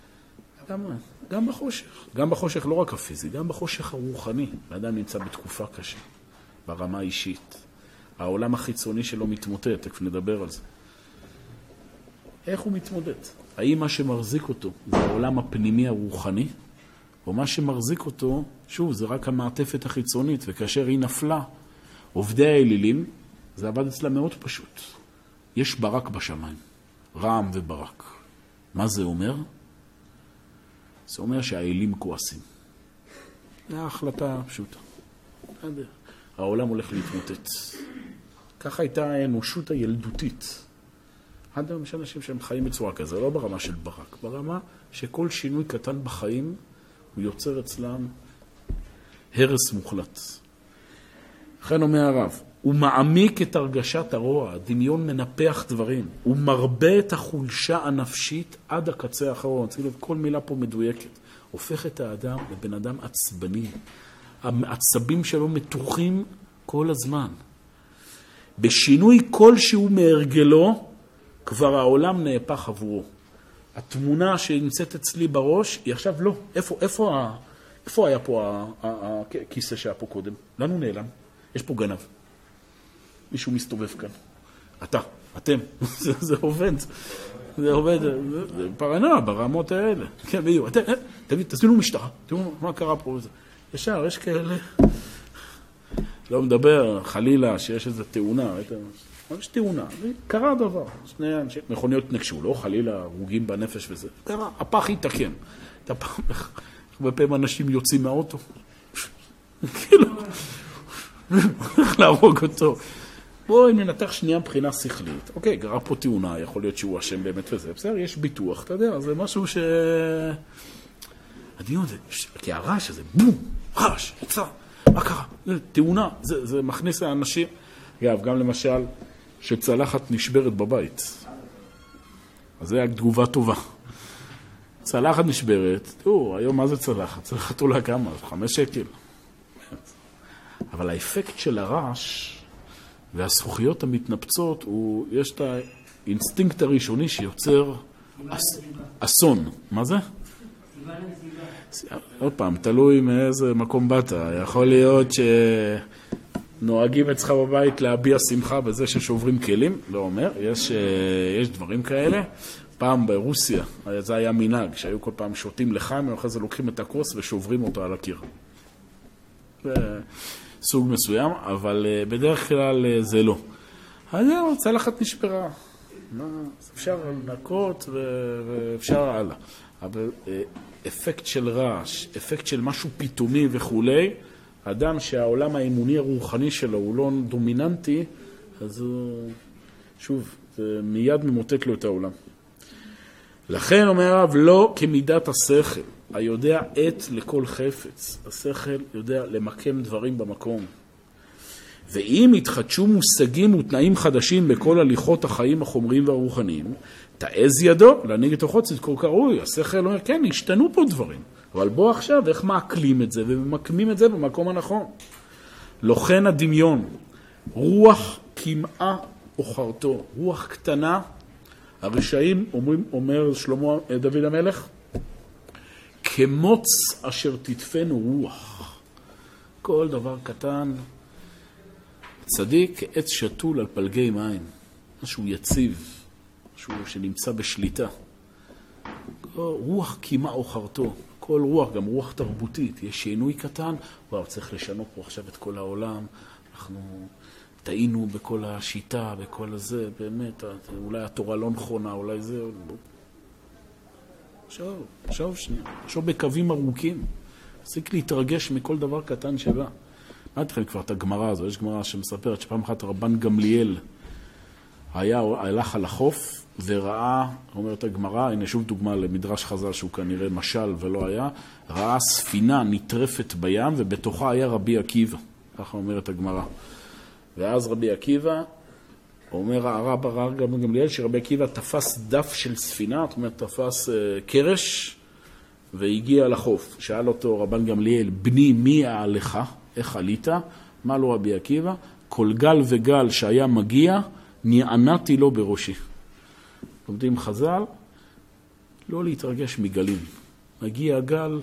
גם בחושך. גם בחושך לא רק הפיזי, גם בחושך הרוחני. האדם נמצא בתקופה קשה, ברמה האישית. העולם החיצוני שלו מתמוטט, תכף נדבר על זה. איך הוא מתמודד? האם מה שמחזיק אותו זה העולם הפנימי הרוחני, או מה שמחזיק אותו, שוב, זה רק המעטפת החיצונית, וכאשר היא נפלה, עובדי האלילים, זה עבד אצלה מאוד פשוט. יש ברק בשמיים, רעם וברק. מה זה אומר? זה אומר שהאלים כועסים. זה החלטה פשוטה. העולם הולך להתמוטט. ככה הייתה האנושות הילדותית. עד היום יש אנשים שהם חיים בצורה כזה, לא ברמה של ברק, ברמה שכל שינוי קטן בחיים הוא יוצר אצלם הרס מוחלט. לכן אומר הרב, הוא מעמיק את הרגשת הרוע, הדמיון מנפח דברים, הוא מרבה את החולשה הנפשית עד הקצה האחרון. צריך להיות כל מילה פה מדויקת. הופך את האדם לבן אדם עצבני. העצבים שלו מתוחים כל הזמן. בשינוי כלשהו מהרגלו, כבר העולם נהפך עבורו. התמונה שנמצאת אצלי בראש, היא עכשיו לא. איפה היה פה הכיסא שהיה פה קודם? לנו נעלם. יש פה גנב. מישהו מסתובב כאן. אתם. זה עובד. זה עובד. זה פרנויה ברמות האלה. כן, בדיוק. תזמינו משטרה. תראו מה קרה פה. ישר, יש כאלה. לא מדבר, חלילה, שיש איזו תאונה. יש תאונה. קרה דבר. שני אנשים, מכוניות נקשו, לא חלילה, הרוגים בנפש וזה. קרה, הפח יתקן. הרבה פעמים אנשים יוצאים מהאוטו. כאילו, הולך להרוג אותו. בואי ננתח שנייה מבחינה שכלית. אוקיי, גרה פה תאונה, יכול להיות שהוא אשם באמת וזה. בסדר, יש ביטוח, אתה יודע, זה משהו ש... הדיון זה, כי הרעש הזה, בום, רעש, יצא, מה קרה? תאונה, זה מכניס לאנשים. אגב, גם למשל, שצלחת נשברת בבית. אז זה תגובה טובה. צלחת נשברת, תראו, היום מה זה צלחת? צלחת עולה כמה? 5 שקל. אבל האפקט של הרעש והזכוכיות המתנפצות, יש את האינסטינקט הראשוני שיוצר אסון. מה זה? עוד פעם, תלוי מאיזה מקום באת. יכול להיות שנוהגים אצלך בבית להביע שמחה בזה ששוברים כלים, לא אומר, יש דברים כאלה. פעם ברוסיה, זה היה מנהג, שהיו כל פעם שותים לחיים, ואחרי זה לוקחים את הכוס ושוברים אותו על הקיר. זה סוג מסוים, אבל בדרך כלל זה לא. אז זהו, צלחת נשברה. אפשר לנקות ואפשר הלאה. אבל אפקט של רעש, אפקט של משהו פתאומי וכולי, אדם שהעולם האמוני הרוחני שלו הוא לא דומיננטי, אז הוא, שוב, זה מיד ממוטט לו את העולם. לכן אומר הרב, לא כמידת השכל, היודע עת לכל חפץ. השכל יודע למקם דברים במקום. ואם יתחדשו מושגים ותנאים חדשים בכל הליכות החיים החומריים והרוחניים, תעז ידו להנהיג את החוצת כל קרוי. השכל אומר, כן, השתנו פה דברים. אבל בוא עכשיו, איך מעכלים את זה וממקמים את זה במקום הנכון. לכן הדמיון, רוח כמעה אוכרתו, רוח קטנה, הרשעים אומר שלמה דוד המלך, כמוץ אשר תדפנו רוח. כל דבר קטן, צדיק כעץ שתול על פלגי מים, משהו יציב, משהו שנמצא בשליטה. רוח כמעה אוכרתו, כל רוח, גם רוח תרבותית, יש שינוי קטן, צריך לשנות פה עכשיו את כל העולם, אנחנו טעינו בכל השיטה, בכל הזה, באמת, אולי התורה לא נכונה, אולי זה... עכשיו שנייה, עכשיו בקווים ארוכים, תפסיק להתרגש מכל דבר קטן שבא. מה אתכם כבר את הגמרא הזו? יש גמרא שמספרת שפעם אחת רבן גמליאל הלך על החוף וראה, אומרת הגמרא, הנה שוב דוגמה למדרש חז"ל שהוא כנראה משל ולא היה, ראה ספינה נטרפת בים ובתוכה היה רבי עקיבא, ככה אומרת הגמרא. ואז רבי עקיבא, אומר הרב גמליאל שרבי עקיבא תפס דף של ספינה, זאת אומרת תפס קרש והגיע לחוף. שאל אותו רבן גמליאל, בני מי העלך? איך עלית? מה לו רבי עקיבא? כל גל וגל שהיה מגיע, נענתי לו בראשי. לומדים חז"ל, לא להתרגש מגלים. מגיע גל,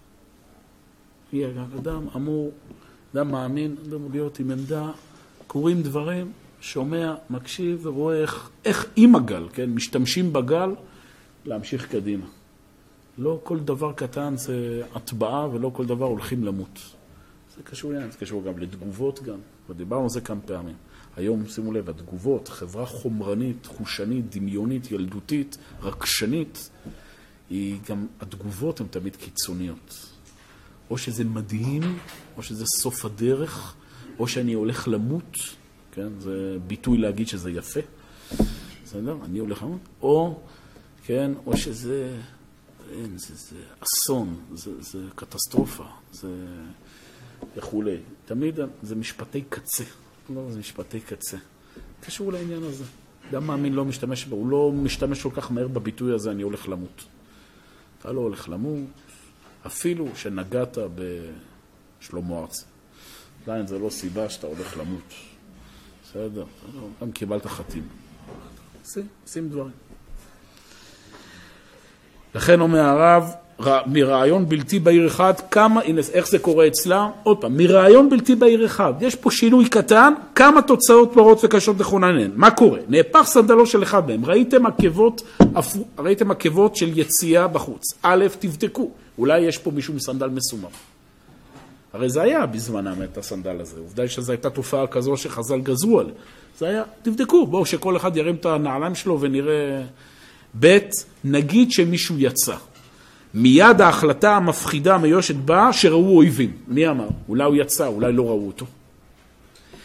אדם אמור, אדם מאמין, אדם אמור להיות עם עמדה, קוראים דברים, שומע, מקשיב ורואה איך עם הגל, כן? משתמשים בגל להמשיך קדימה. לא כל דבר קטן זה הטבעה ולא כל דבר הולכים למות. זה קשור לעניין, זה קשור גם לתגובות גם, ודיברנו על זה כמה פעמים. היום, שימו לב, התגובות, חברה חומרנית, חושנית, דמיונית, ילדותית, רגשנית, גם התגובות הן תמיד קיצוניות. או שזה מדהים, או שזה סוף הדרך, או שאני הולך למות, כן? זה ביטוי להגיד שזה יפה, בסדר? אני הולך למות, או, כן, או שזה, זה אסון, זה קטסטרופה, זה וכולי. תמיד זה משפטי קצה, לא, זה משפטי קצה. קשור לעניין הזה. גם מאמין לא משתמש בו, הוא לא משתמש כל כך מהר בביטוי הזה, אני הולך למות. אתה לא הולך למות, אפילו שנגעת בשלמה ארצי. עדיין זה לא סיבה שאתה הולך למות. בסדר, גם קיבלת חתים. שים דברים. לכן אומר הרב, מרעיון בלתי בעיר אחד, כמה, הנה, איך זה קורה אצלה? עוד פעם, מרעיון בלתי בעיר אחד, יש פה שינוי קטן, כמה תוצאות פרות וקשות לכוננן. מה קורה? נהפך סנדלו של אחד מהם, ראיתם עקבות של יציאה בחוץ. א', תבדקו, אולי יש פה מישהו מסנדל מסומר. הרי זה היה בזמנם את הסנדל הזה, עובדה שזו הייתה תופעה כזו שחז"ל גזרו עליה. זה היה, תבדקו, בואו שכל אחד ירים את הנעליים שלו ונראה. ב', נגיד שמישהו יצא. מיד ההחלטה המפחידה המיושת באה שראו אויבים. מי אמר? אולי הוא יצא, אולי לא ראו אותו.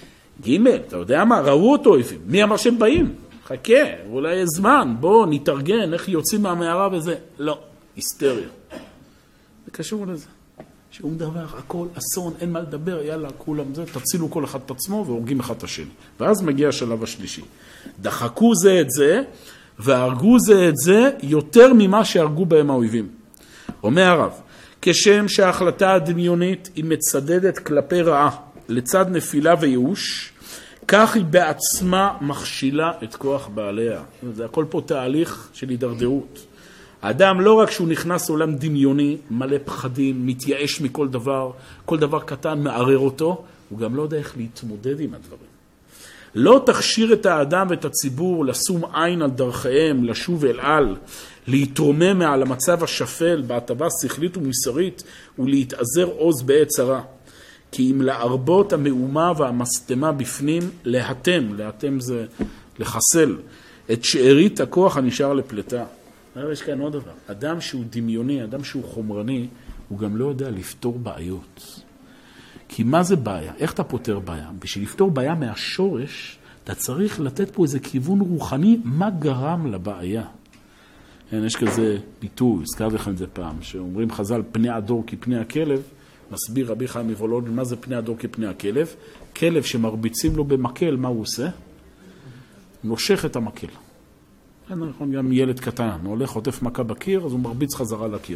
ג', אתה יודע מה? ראו אותו אויבים. מי אמר שהם באים? חכה, אולי יש זמן, בוא נתארגן, איך יוצאים מהמערה וזה. לא, היסטריה. זה קשור לזה. שום דבר, הכל אסון, אין מה לדבר, יאללה, כולם זה, תצילו כל אחד את עצמו והורגים אחד את השני. ואז מגיע השלב השלישי. דחקו זה את זה, והרגו זה את זה יותר ממה שהרגו בהם האויבים. אומר הרב, כשם שההחלטה הדמיונית היא מצדדת כלפי רעה, לצד נפילה וייאוש, כך היא בעצמה מכשילה את כוח בעליה. זה הכל פה תהליך של הידרדרות. האדם לא רק שהוא נכנס לעולם דמיוני, מלא פחדים, מתייאש מכל דבר, כל דבר קטן מערער אותו, הוא גם לא יודע איך להתמודד עם הדברים. לא תכשיר את האדם ואת הציבור לשום עין על דרכיהם, לשוב אל על, להתרומם מעל המצב השפל בהטבה שכלית ומוסרית ולהתעזר עוז בעת צרה. כי אם להרבות המאומה והמסתמה בפנים, להתם זה לחסל, את שארית הכוח הנשאר לפלטה. יש כאן עוד דבר. אדם שהוא דמיוני, אדם שהוא חומרני, הוא גם לא יודע לפתור בעיות. כי מה זה בעיה? איך אתה פותר בעיה? בשביל לפתור בעיה מהשורש, אתה צריך לתת פה איזה כיוון רוחני, מה גרם לבעיה. יש כזה ביטוי, הזכרתי לכם את זה פעם, שאומרים חז"ל פני הדור כפני הכלב, מסביר רבי חיים מוולוז'ין, מה זה פני הדור כפני הכלב? כלב שמרביצים לו במקל, מה הוא עושה? נושך את המקל. נכון, גם ילד קטן, הוא הולך, חוטף מכה בקיר, אז הוא מרביץ חזרה לקיר.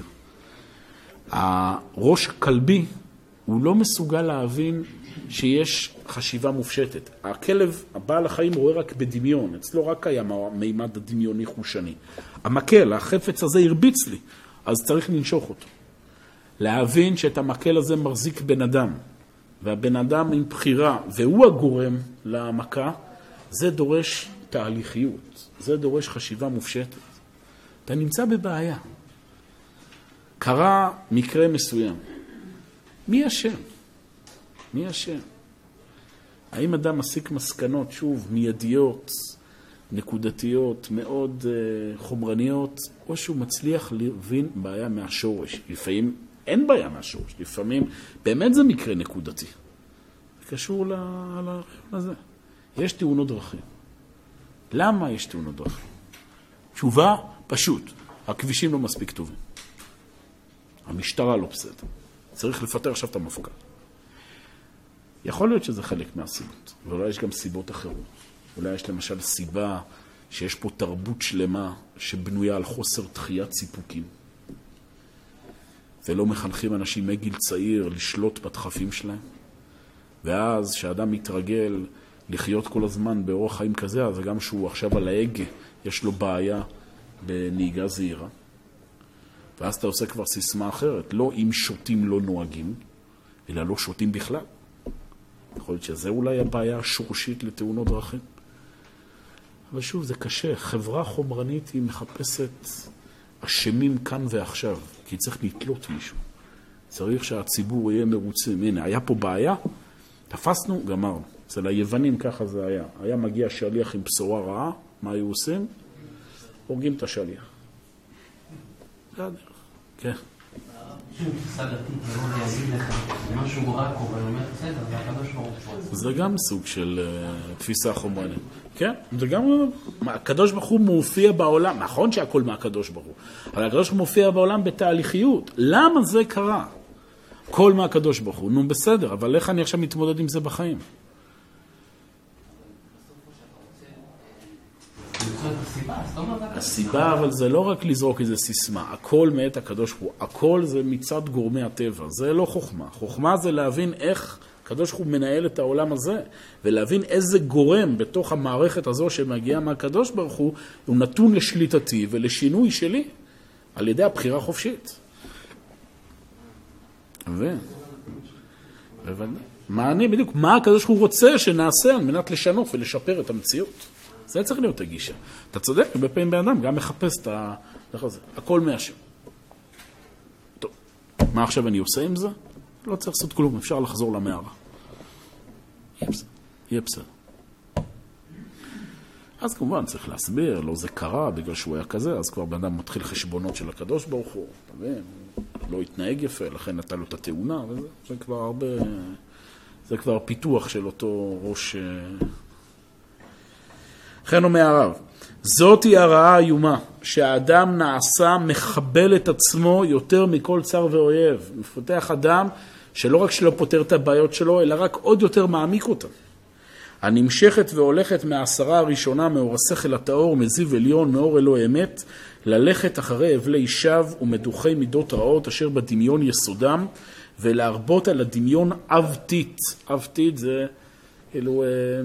הראש כלבי, הוא לא מסוגל להבין שיש חשיבה מופשטת. הכלב, הבעל החיים רואה רק בדמיון, אצלו רק קיים המימד הדמיוני חושני. המקל, החפץ הזה הרביץ לי, אז צריך לנשוך אותו. להבין שאת המקל הזה מחזיק בן אדם, והבן אדם עם בחירה, והוא הגורם למכה, זה דורש תהליכיות, זה דורש חשיבה מופשטת. אתה נמצא בבעיה. קרה מקרה מסוים. מי אשם? מי אשם? האם אדם מסיק מסקנות, שוב, מיידיות, נקודתיות, מאוד חומרניות, או שהוא מצליח להבין בעיה מהשורש? לפעמים אין בעיה מהשורש, לפעמים באמת זה מקרה נקודתי. זה קשור לזה. יש תאונות דרכים. למה יש תאונות דרכים? תשובה פשוט, הכבישים לא מספיק טובים. המשטרה לא בסדר. צריך לפטר עכשיו את המפכ"ל. יכול להיות שזה חלק מהסיבות, ואולי יש גם סיבות אחרות. אולי יש למשל סיבה שיש פה תרבות שלמה שבנויה על חוסר דחיית סיפוקים. ולא מחנכים אנשים מגיל צעיר לשלוט בדחפים שלהם. ואז כשאדם מתרגל לחיות כל הזמן באורח חיים כזה, אז גם שהוא עכשיו על ההגה, יש לו בעיה בנהיגה זהירה. ואז אתה עושה כבר סיסמה אחרת, לא אם שותים לא נוהגים, אלא לא שותים בכלל. יכול להיות שזה אולי הבעיה השורשית לתאונות דרכים. אבל שוב, זה קשה. חברה חומרנית היא מחפשת אשמים כאן ועכשיו, כי צריך לתלות מישהו. צריך שהציבור יהיה מרוצים. הנה, היה פה בעיה, תפסנו, גמרנו. אצל היוונים ככה זה היה. היה מגיע שליח עם בשורה רעה, מה היו עושים? הורגים את השליח. זה הדרך. כן. זה גם סוג של תפיסה חומרנית. כן, זה גם, הקדוש ברוך הוא מופיע בעולם, נכון שהכל מהקדוש ברוך הוא, אבל הקדוש ברוך הוא מופיע בעולם בתהליכיות. למה זה קרה? כל מהקדוש ברוך הוא, נו בסדר, אבל איך אני עכשיו מתמודד עם זה בחיים? הסיבה, אבל זה לא רק לזרוק איזה סיסמה, הכל מאת הקדוש ברוך הוא, הכל זה מצד גורמי הטבע, זה לא חוכמה. חוכמה זה להבין איך הקדוש ברוך הוא מנהל את העולם הזה, ולהבין איזה גורם בתוך המערכת הזו שמגיעה מהקדוש ברוך הוא, הוא נתון לשליטתי ולשינוי שלי, על ידי הבחירה חופשית. מעניין בדיוק, מה הקדוש ברוך הוא רוצה שנעשה על מנת לשנות ולשפר את המציאות. זה צריך להיות הגישה. אתה צודק, בפעמים באדם גם מחפש את הזה. הכל מהשם. טוב, מה עכשיו אני עושה עם זה? לא צריך לעשות כלום, אפשר לחזור למערה. יהיה בסדר. אז כמובן צריך להסביר, לא זה קרה בגלל שהוא היה כזה, אז כבר באדם מתחיל חשבונות של הקדוש ברוך הוא, אתה מבין? לא התנהג יפה, לכן נתן לו את התאונה, וזה כבר הרבה... זה כבר פיתוח של אותו ראש. לכן אומר הרב, זאת היא הרעה האיומה, שהאדם נעשה מחבל את עצמו יותר מכל צר ואויב. מפתח אדם שלא רק שלא פותר את הבעיות שלו, אלא רק עוד יותר מעמיק אותם. הנמשכת והולכת מהעשרה הראשונה, מאור השכל הטהור, מזיו עליון, מאור אלוה אמת, ללכת אחרי אבלי שווא ומדוכי מידות רעות, אשר בדמיון יסודם, ולהרבות על הדמיון אבתית. אבתית זה כאילו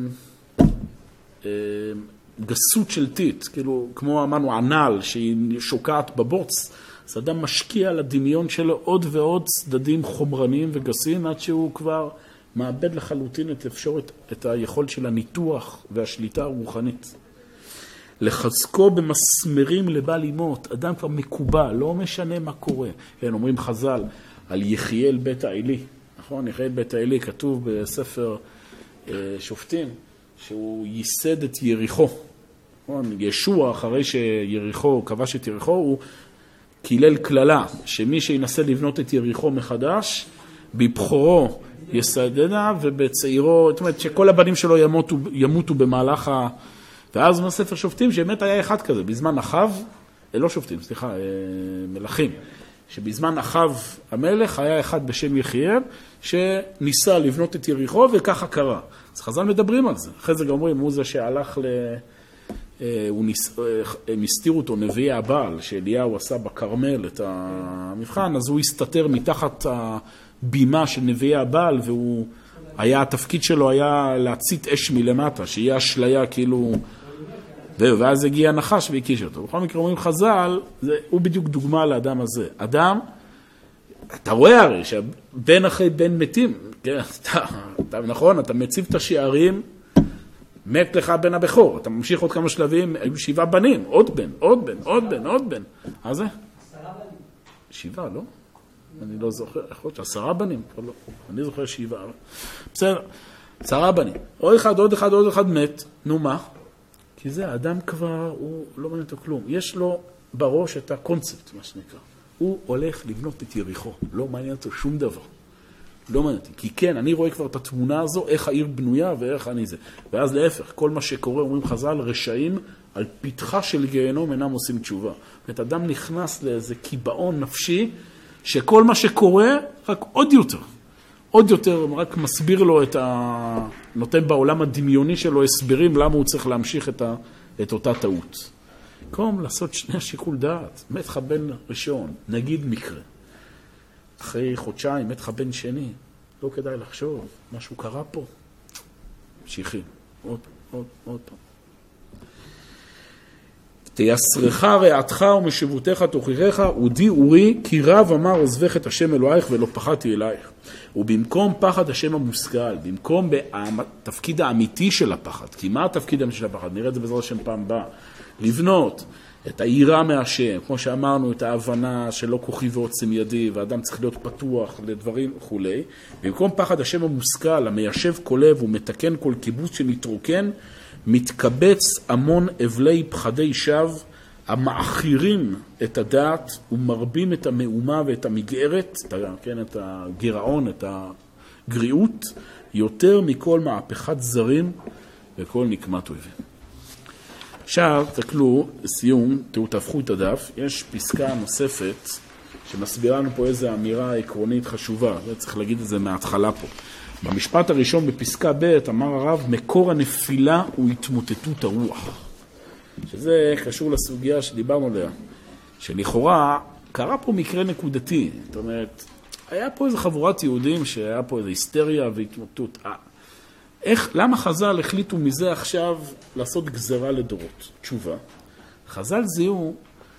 גסות של תית, כאילו כמו אמרנו ענל שהיא שוקעת בבוץ, אז אדם משקיע על הדמיון שלו עוד ועוד צדדים חומרניים וגסים, עד שהוא כבר מאבד לחלוטין את היכולת של הניתוח והשליטה הרוחנית. לחזקו במסמרים לבל ימות, אדם כבר מקובע, לא משנה מה קורה. כן, אומרים חז"ל על יחיאל בית העלי, נכון? יחיאל בית העלי כתוב בספר שופטים, שהוא ייסד את יריחו. נכון? ישוע, אחרי שיריחו כבש את יריחו, הוא קילל כללה, שמי שינסה לבנות את יריחו מחדש, בבחורו יסדנה, ובצעירו, זאת אומרת שכל הבנים שלו ימותו במהלך ואז בספר שופטים, שבאמת היה אחד כזה, בזמן אחאב, לא שופטים, סליחה, מלכים, שבזמן אחאב המלך היה אחד בשם יחיאל, שניסה לבנות את יריחו, וככה קרה. אז חז"ל מדברים על זה. אחרי זה גם אומרים, הוא זה שהלך הם הסתירו אותו, נביאי הבעל, שאליהו עשה בקרמל את המבחן, אז הוא הסתתר מתחת הבימה של נביאי הבעל, התפקיד שלו היה להצית אש מלמטה, שיהיה אשליה כאילו, ואז הגיע הנחש והקיש אותו. בכל מקרה אומרים חז"ל, הוא בדיוק דוגמה לאדם הזה. אדם, אתה רואה הרי שבן אחרי בן מתים, כן, נכון, אתה מציב את השערים, מת לך בן הבכור, אתה ממשיך עוד כמה שלבים, היו 7 בנים, עוד בן, עוד בן, עוד בן, עוד בן. מה זה? 7, לא? אני לא זוכר, יכול להיות 10 בנים, לא, אני זוכר 7. בסדר, 10 בנים. עוד אחד מת, נו מה? כי זה, האדם כבר, הוא לא מעניין אותו כלום. יש לו בראש את הקונספט, מה שנקרא. הוא הולך לבנות את יריחו, לא מעניין אותו שום דבר. לא מעניין אותי, כי כן, אני רואה כבר את התמונה הזו, איך העיר בנויה ואיך אני זה. ואז להפך, כל מה שקורה, אומרים חז"ל, רשעים על פתחה של גיהנום אינם עושים תשובה. זאת אדם נכנס לאיזה קיבעון נפשי, שכל מה שקורה, רק עוד יותר, רק מסביר לו נותן בעולם הדמיוני שלו הסברים, למה הוא צריך להמשיך את אותה טעות. קום לעשות שני שיקול דעת, מת לך בן ראשון, נגיד מקרה. אחרי חודשיים, מת לך בן שני, לא כדאי לחשוב, משהו קרה פה. ממשיכים, עוד פעם. תייסרך רעתך ומשבותך תוכיחך, עודי אורי, כי רב אמר עוזבך את השם אלוהיך ולא פחדתי אלייך. ובמקום פחד השם המושכל, במקום התפקיד האמיתי של הפחד, כי מה התפקיד האמיתי של הפחד? נראה את זה בעזרת השם פעם באה. לבנות את היראה מהשם, כמו שאמרנו, את ההבנה שלא כוחי ועוצם ידי, ואדם צריך להיות פתוח לדברים וכולי. במקום פחד השם המושכל, המיישב כל לב ומתקן כל קיבוץ שמתרוקן, מתקבץ המון אבלי פחדי שווא, המאחירים את הדעת ומרבים את המאומה ואת המגערת, את הגירעון, את הגריעות, יותר מכל מהפכת זרים וכל נקמת אויבים. עכשיו, תקלו, לסיום, תהפכו את הדף, יש פסקה נוספת שמסבירה לנו פה איזו אמירה עקרונית חשובה, צריך להגיד את זה מההתחלה פה. במשפט הראשון בפסקה ב' אמר הרב, מקור הנפילה הוא התמוטטות הרוח. שזה קשור לסוגיה שדיברנו עליה, שלכאורה קרה פה מקרה נקודתי, זאת אומרת, היה פה איזו חבורת יהודים שהיה פה איזו היסטריה והתמוטטות. למה חז"ל החליטו מזה עכשיו לעשות גזרה לדורות? תשובה. חז"ל זיהו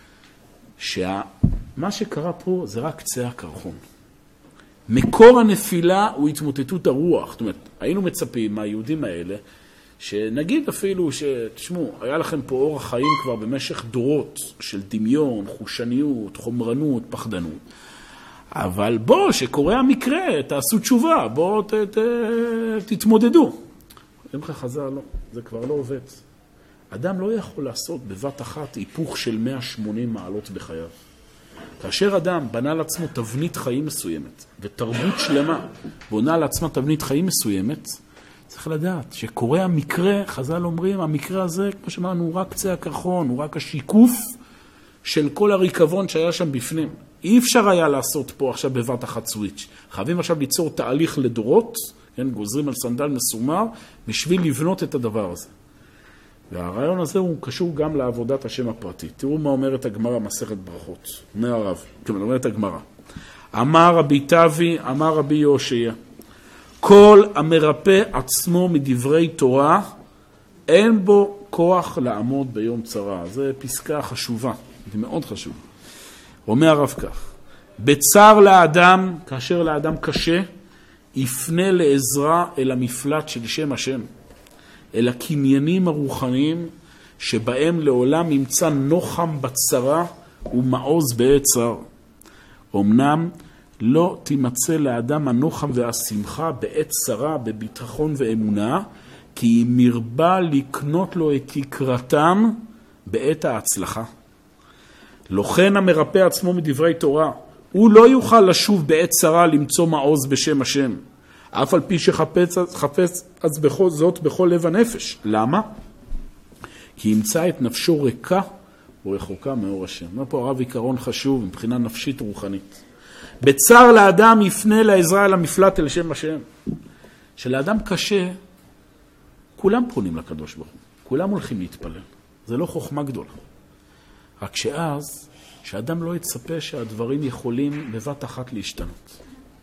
שמה שקרה פה זה רק קצה הקרחון. מקור הנפילה הוא התמוטטות הרוח. זאת אומרת, היינו מצפים מהיהודים האלה, שנגיד אפילו תשמעו, היה לכם פה אורח חיים כבר במשך דורות של דמיון, חושניות, חומרנות, פחדנות. אבל בוא, שקורה המקרה, תעשו תשובה, בוא תתמודדו. אומרים לך חז"ל, לא, זה כבר לא עובד. אדם לא יכול לעשות בבת אחת היפוך של 180 מעלות בחייו. כאשר אדם בנה לעצמו תבנית חיים מסוימת, ותרבות שלמה בונה לעצמה תבנית חיים מסוימת, צריך לדעת שקורה המקרה, חז"ל אומרים, המקרה הזה, כמו שאמרנו, הוא רק קצה הקרחון, הוא רק השיקוף של כל הריקבון שהיה שם בפנים. אי אפשר היה לעשות פה עכשיו בבת אחת סוויץ'. חייבים עכשיו ליצור תהליך לדורות, כן, גוזרים על סנדל מסומר, בשביל לבנות את הדבר הזה. והרעיון הזה הוא קשור גם לעבודת השם הפרטי. תראו מה אומרת הגמרא מסכת ברכות. אומר הרב, כלומר, אומרת הגמרא. אמר רבי תווי, אמר רבי יהושע, כל המרפא עצמו מדברי תורה, אין בו כוח לעמוד ביום צרה. זו פסקה חשובה, זה מאוד חשוב. אומר הרב כך, בצר לאדם, כאשר לאדם קשה, יפנה לעזרה אל המפלט של שם השם, אל הקניינים הרוחניים שבהם לעולם ימצא נוחם בצרה ומעוז בעת צר. אמנם לא תימצא לאדם הנוחם והשמחה בעת צרה, בביטחון ואמונה, כי היא מרבה לקנות לו את יקרתם בעת ההצלחה. לכן המרפא עצמו מדברי תורה, הוא לא יוכל לשוב בעת צרה למצוא מעוז בשם השם, אף על פי שחפץ אז בכל זאת בכל לב הנפש. למה? כי ימצא את נפשו ריקה ורחוקה מאור השם. מה פה הרב עיקרון חשוב מבחינה נפשית ורוחנית. בצר לאדם יפנה לעזרה אל המפלט אל שם השם. שלאדם קשה, כולם פונים לקדוש ברוך הוא, כולם הולכים להתפלל. זה לא חוכמה גדולה. רק שאז, שאדם לא יצפה שהדברים יכולים בבת אחת להשתנות.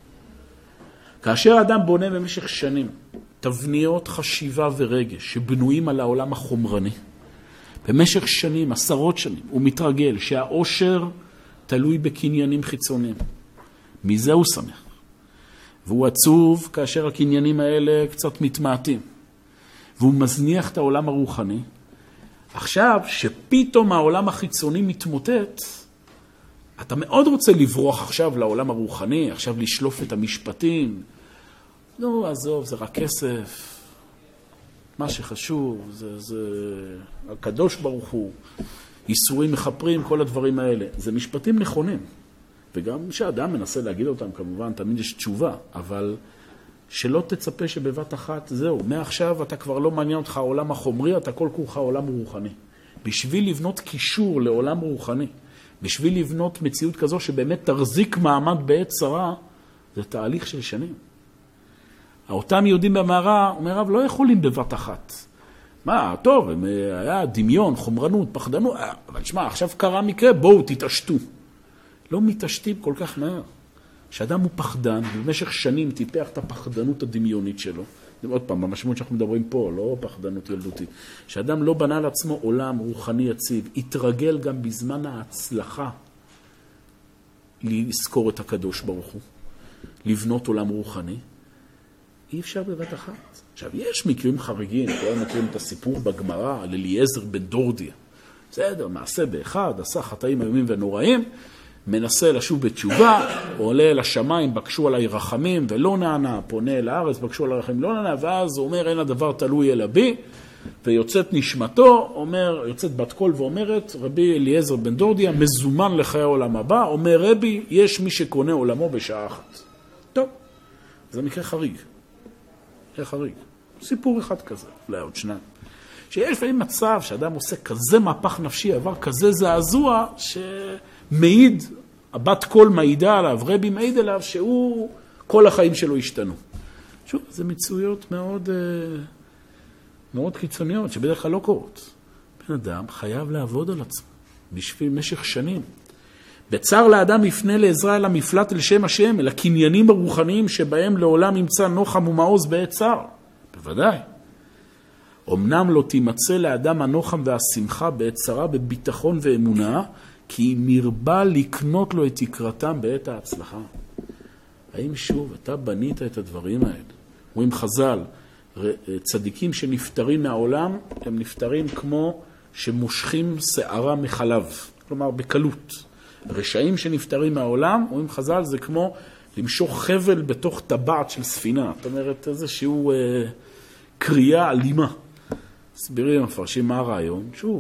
כאשר אדם בונה במשך שנים תבניות חשיבה ורגש שבנויים על העולם החומרני, במשך שנים, עשרות שנים, הוא מתרגל שהאושר תלוי בקניינים חיצוניים. מזה הוא שמח. והוא עצוב כאשר הקניינים האלה קצת מתמעטים. והוא מזניח את העולם הרוחני. עכשיו, שפתאום העולם החיצוני מתמוטט, אתה מאוד רוצה לברוח עכשיו לעולם הרוחני, עכשיו לשלוף את המשפטים. לא, עזוב, זה רק כסף. מה שחשוב, זה הקדוש ברוך הוא. ייסורים מחפרים, כל הדברים האלה. זה משפטים נכונים. וגם שאדם מנסה להגיד אותם, כמובן, תמיד יש תשובה. אבל שלא תצפה שבבת אחת, זהו. מעכשיו אתה כבר לא מעניין אותך העולם החומרי, אתה כל כולך עולם רוחני. בשביל לבנות קישור לעולם רוחני, בשביל לבנות מציאות כזו שבאמת תחזיק מעמד בעת צרה, זה תהליך של שנים. אותם יהודים במערה, אומר רב, לא יכולים בבת אחת. מה, טוב, היה דמיון, חומרנות, פחדנות, אבל שמע, עכשיו קרה מקרה, בואו תתעשתו. לא מתעשתים כל כך מהר. שאדם הוא פחדן, ובמשך שנים טיפח את הפחדנות הדמיונית שלו. עוד פעם, במשמעות שאנחנו מדברים פה, לא פחדנות ילדותית. שאדם לא בנה לעצמו עולם רוחני יציב, התרגל גם בזמן ההצלחה לזכור את הקדוש ברוך הוא, לבנות עולם רוחני. אי אפשר בבת אחת. עכשיו, יש מקרים חריגים, כולם מכירים את הסיפור בגמרא על אליעזר בן דורדיה. בסדר, מעשה באחד, עשה חטאים איומים ונוראים, מנסה לשוב בתשובה, עולה לשמיים, בקשו עליי רחמים ולא נענה, פונה אל הארץ, בקשו עליי רחמים ולא נענה, ואז הוא אומר, אין הדבר תלוי אלא בי, ויוצאת נשמתו, יוצאת בת קול ואומרת, רבי אליעזר בן דורדיה, מזומן לחיי העולם הבא, אומר רבי, יש מי שקונה עולמו בשעה אחת. טוב, זה מקרה חריג. מקרה חריג. סיפור אחד כזה, אולי עוד שניים. שיש לפעמים מצב שאדם עושה כזה מהפך נפשי, עבר כזה זעזוע, מעיד, הבת קול מעידה עליו, רבי מעיד עליו, שהוא, כל החיים שלו השתנו. שוב, זה מצויות מאוד, מאוד קיצוניות, שבדרך כלל לא קורות. בן אדם חייב לעבוד על עצמו, בשביל משך שנים. בצר לאדם יפנה לעזרה אל המפלט אל שם השם, אל הקניינים הרוחניים שבהם לעולם ימצא נוחם ומעוז בעת צר. בוודאי. אמנם לא תימצא לאדם הנוחם והשמחה בעת צרה, בביטחון ואמונה, כי מרבה לקנות לו את יקרתם בעת ההצלחה. האם שוב אתה בנית את הדברים האלה? רואים חז"ל, צדיקים שנפטרים מהעולם, הם נפטרים כמו שמושכים שערה מחלב, כלומר בקלות. רשעים שנפטרים מהעולם, רואים חז"ל, זה כמו למשוך חבל בתוך טבעת של ספינה. זאת אומרת, איזשהו קריאה אלימה. הסבירים המפרשים מה הרעיון? שוב,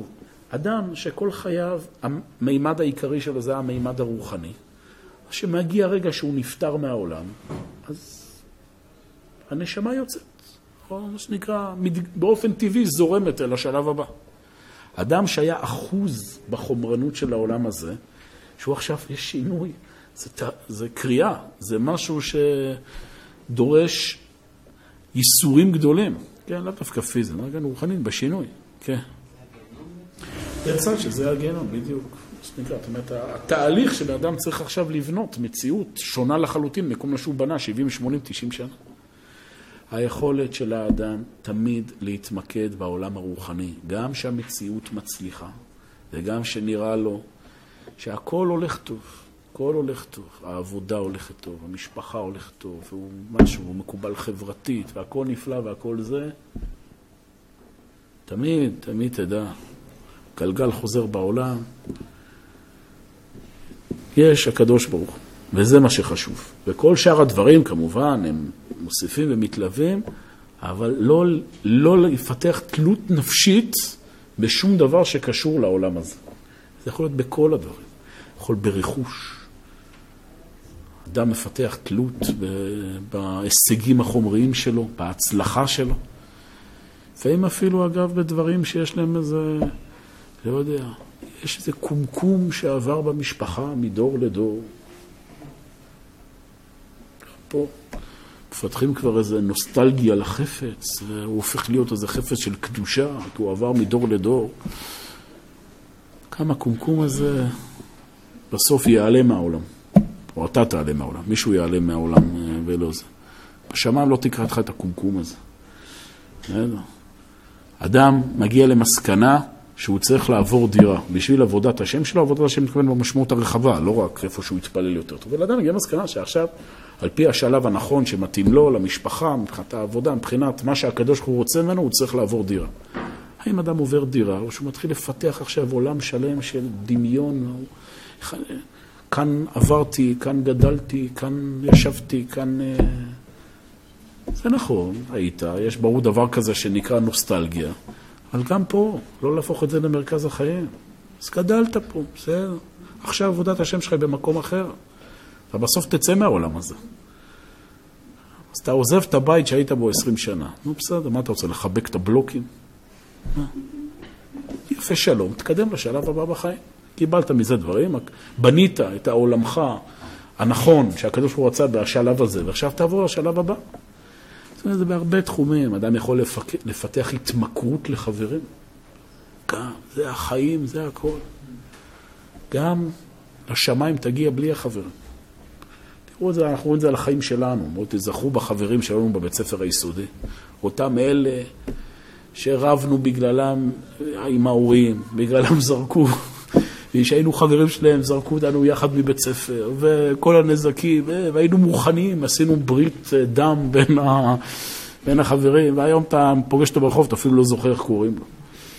אדם שכל חייו, המימד העיקרי שלו זה המימד הרוחני, שמגיע רגע שהוא נפטר מהעולם, אז הנשמה יוצאת, או מה שנקרא, באופן טבעי זורמת אל השלב הבא. אדם שהיה אחוז בחומרנות של העולם הזה, שהוא עכשיו יש שינוי, זה קריאה, זה משהו שדורש ייסורים גדולים. כן, לא דווקא פיזי, לא גם רוחנית, בשינוי. כן. יצא שזה הגיהנום, בדיוק. זאת אומרת, התהליך שבאדם צריך עכשיו לבנות, מציאות שונה לחלוטין, מקום שהוא בנה, 70, 80, 90 שנה. היכולת של האדם תמיד להתמקד בעולם הרוחני, גם שהמציאות מצליחה, וגם שנראה לו שהכל הולך טוב, הכל הולך טוב, העבודה הולכת טוב, המשפחה הולכת טוב, והוא משהו, הוא מקובל חברתית, והכל נפלא והכל זה. תמיד, תמיד תדע, גלגל חוזר בעולם, יש הקדוש ברוך, וזה מה שחשוב. וכל שאר הדברים כמובן הם מוסיפים ומתלווים, אבל לא לפתח תלות נפשית בשום דבר שקשור לעולם הזה. זה יכול להיות בכל הדברים. יכול ברכוש. אדם מפתח תלות בהישגים החומריים שלו, בהצלחה שלו. לפעמים אפילו אגב בדברים שיש להם איזה, לא יודע, יש איזה קומקום שעבר במשפחה מדור לדור. פה מפתחים כבר איזה נוסטלגיה לחפץ, והוא הופך להיות איזה חפץ של קדושה, כי הוא עבר מדור לדור. כמה קומקום הזה בסוף יעלה מהעולם. או אתה תעלה מהעולם, מישהו יעלה מהעולם ולא זה. בשמיים לא תקרא לך את הקומקום הזה. אדם מגיע למסקנה שהוא צריך לעבור דירה. בשביל עבודת השם שלו, עבודת השם מתכוון במשמעות הרחבה, לא רק איפה שהוא יתפלל יותר טוב. ולאדם מגיע למסקנה שעכשיו, על פי השלב הנכון שמתאים לו, למשפחה, מבחינת העבודה, מבחינת מה שהקדוש הוא רוצה ממנו, הוא צריך לעבור דירה. האם אדם עובר דירה, או שהוא מתחיל לפתח עכשיו עולם שלם של דמיון, כאן עברתי, כאן גדלתי, כאן ישבתי, כאן... זה נכון, היית, יש ברור דבר כזה שנקרא נוסטלגיה, אבל גם פה, לא להפוך את זה למרכז החיים. אז גדלת פה, בסדר. עכשיו עבודת השם שלך במקום אחר. ובסוף תצא מהעולם הזה. אז אתה עוזב את הבית שהיית בו 20 שנה. נו בסדר, מה אתה רוצה? לחבק את הבלוקים? יפה שלום, תקדם לשלב הבא בחיים. קיבלת מזה דברים, בנית את העולמך הנכון שהקדוש הוא רצה בשלב הזה, ועכשיו תעבור לשלב הבא. זאת אומרת, זה בהרבה תחומים. אדם יכול לפתח התמכרות לחברים. גם, זה החיים, זה הכל. גם לשמיים תגיע בלי החברים. תראו את זה, אנחנו רואים את זה על החיים שלנו. מאוד תזכרו בחברים שלנו בבית ספר היסודי. אותם אלה שרבנו בגללם עם ההורים, בגללם זרקו, ושהיינו חברים שלהם, זרקו אותנו יחד מבית ספר, וכל הנזקים, והיינו מוכנים, עשינו ברית דם בין החברים, והיום אתה פוגש אותו ברחוב, אתה אפילו לא זוכר איך קוראים לו.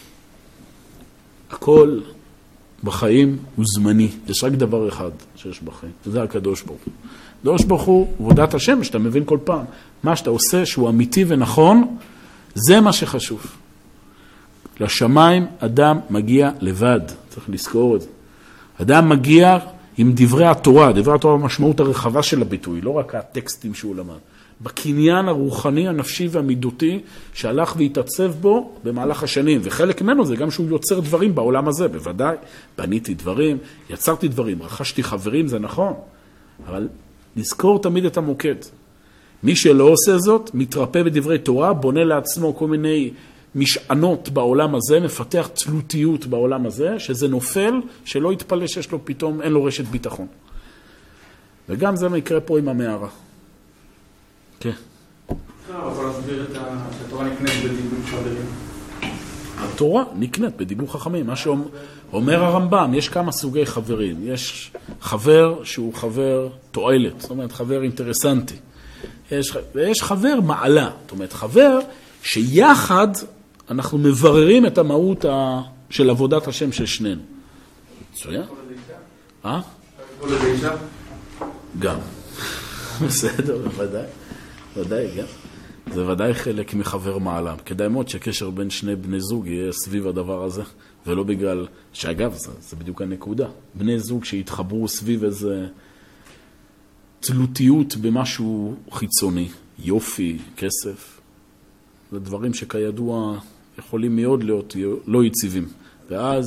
הכל בחיים הוא זמני. יש רק דבר אחד שיש בחיים, וזה הקדוש ברוך הוא. הקדוש ברוך הוא, עבודת השם, שאתה מבין כל פעם, מה שאתה עושה שהוא אמיתי ונכון, זה מה שחשוב. לשמיים אדם מגיע לבד, צריך לזכור את זה. אדם מגיע עם דברי התורה, דברי התורה המשמעות הרחבה של הביטוי, לא רק הטקסטים שהוא למד. בקניין הרוחני, הנפשי והמידותי שהלך והתעצב בו במהלך השנים, וחלק ממנו זה גם שהוא יוצר דברים בעולם הזה, בוודאי. בניתי דברים, יצרתי דברים, רכשתי חברים, זה נכון. אבל לזכור תמיד את המוקד. מי שלא עושה זאת, מתרפא בדברי תורה, בונה לעצמו כל מיני משענות בעולם הזה, מפתח תלותיות בעולם הזה, שזה נופל, שלא יתפלא שיש לו פתאום, אין לו רשת ביטחון. וגם זה מה יקרה פה עם המערה. כן. אבל להסביר שהתורה נקנית בדיבור חברים. התורה נקנית בדיבור חכמים. מה שאומר הרמב"ם, יש כמה סוגי חברים. יש חבר שהוא חבר תועלת, זאת אומרת חבר אינטרסנטי. ויש חבר מעלה, זאת אומרת חבר שיחד אנחנו מבררים את המהות של עבודת השם של שנינו. מצוין? כל הדאישה? גם. בסדר, ודאי. ודאי, גם. זה ודאי חלק מחבר מעלה. כדאי מאוד שקשר בין שני בני זוג יהיה סביב הדבר הזה, ולא בגלל, שאגב, זה בדיוק הנקודה. בני זוג שהתחברו סביב איזה תלותיות במשהו חיצוני, יופי, כסף. זה דברים שכידוע יכולים מאוד להיות לא יציבים. ואז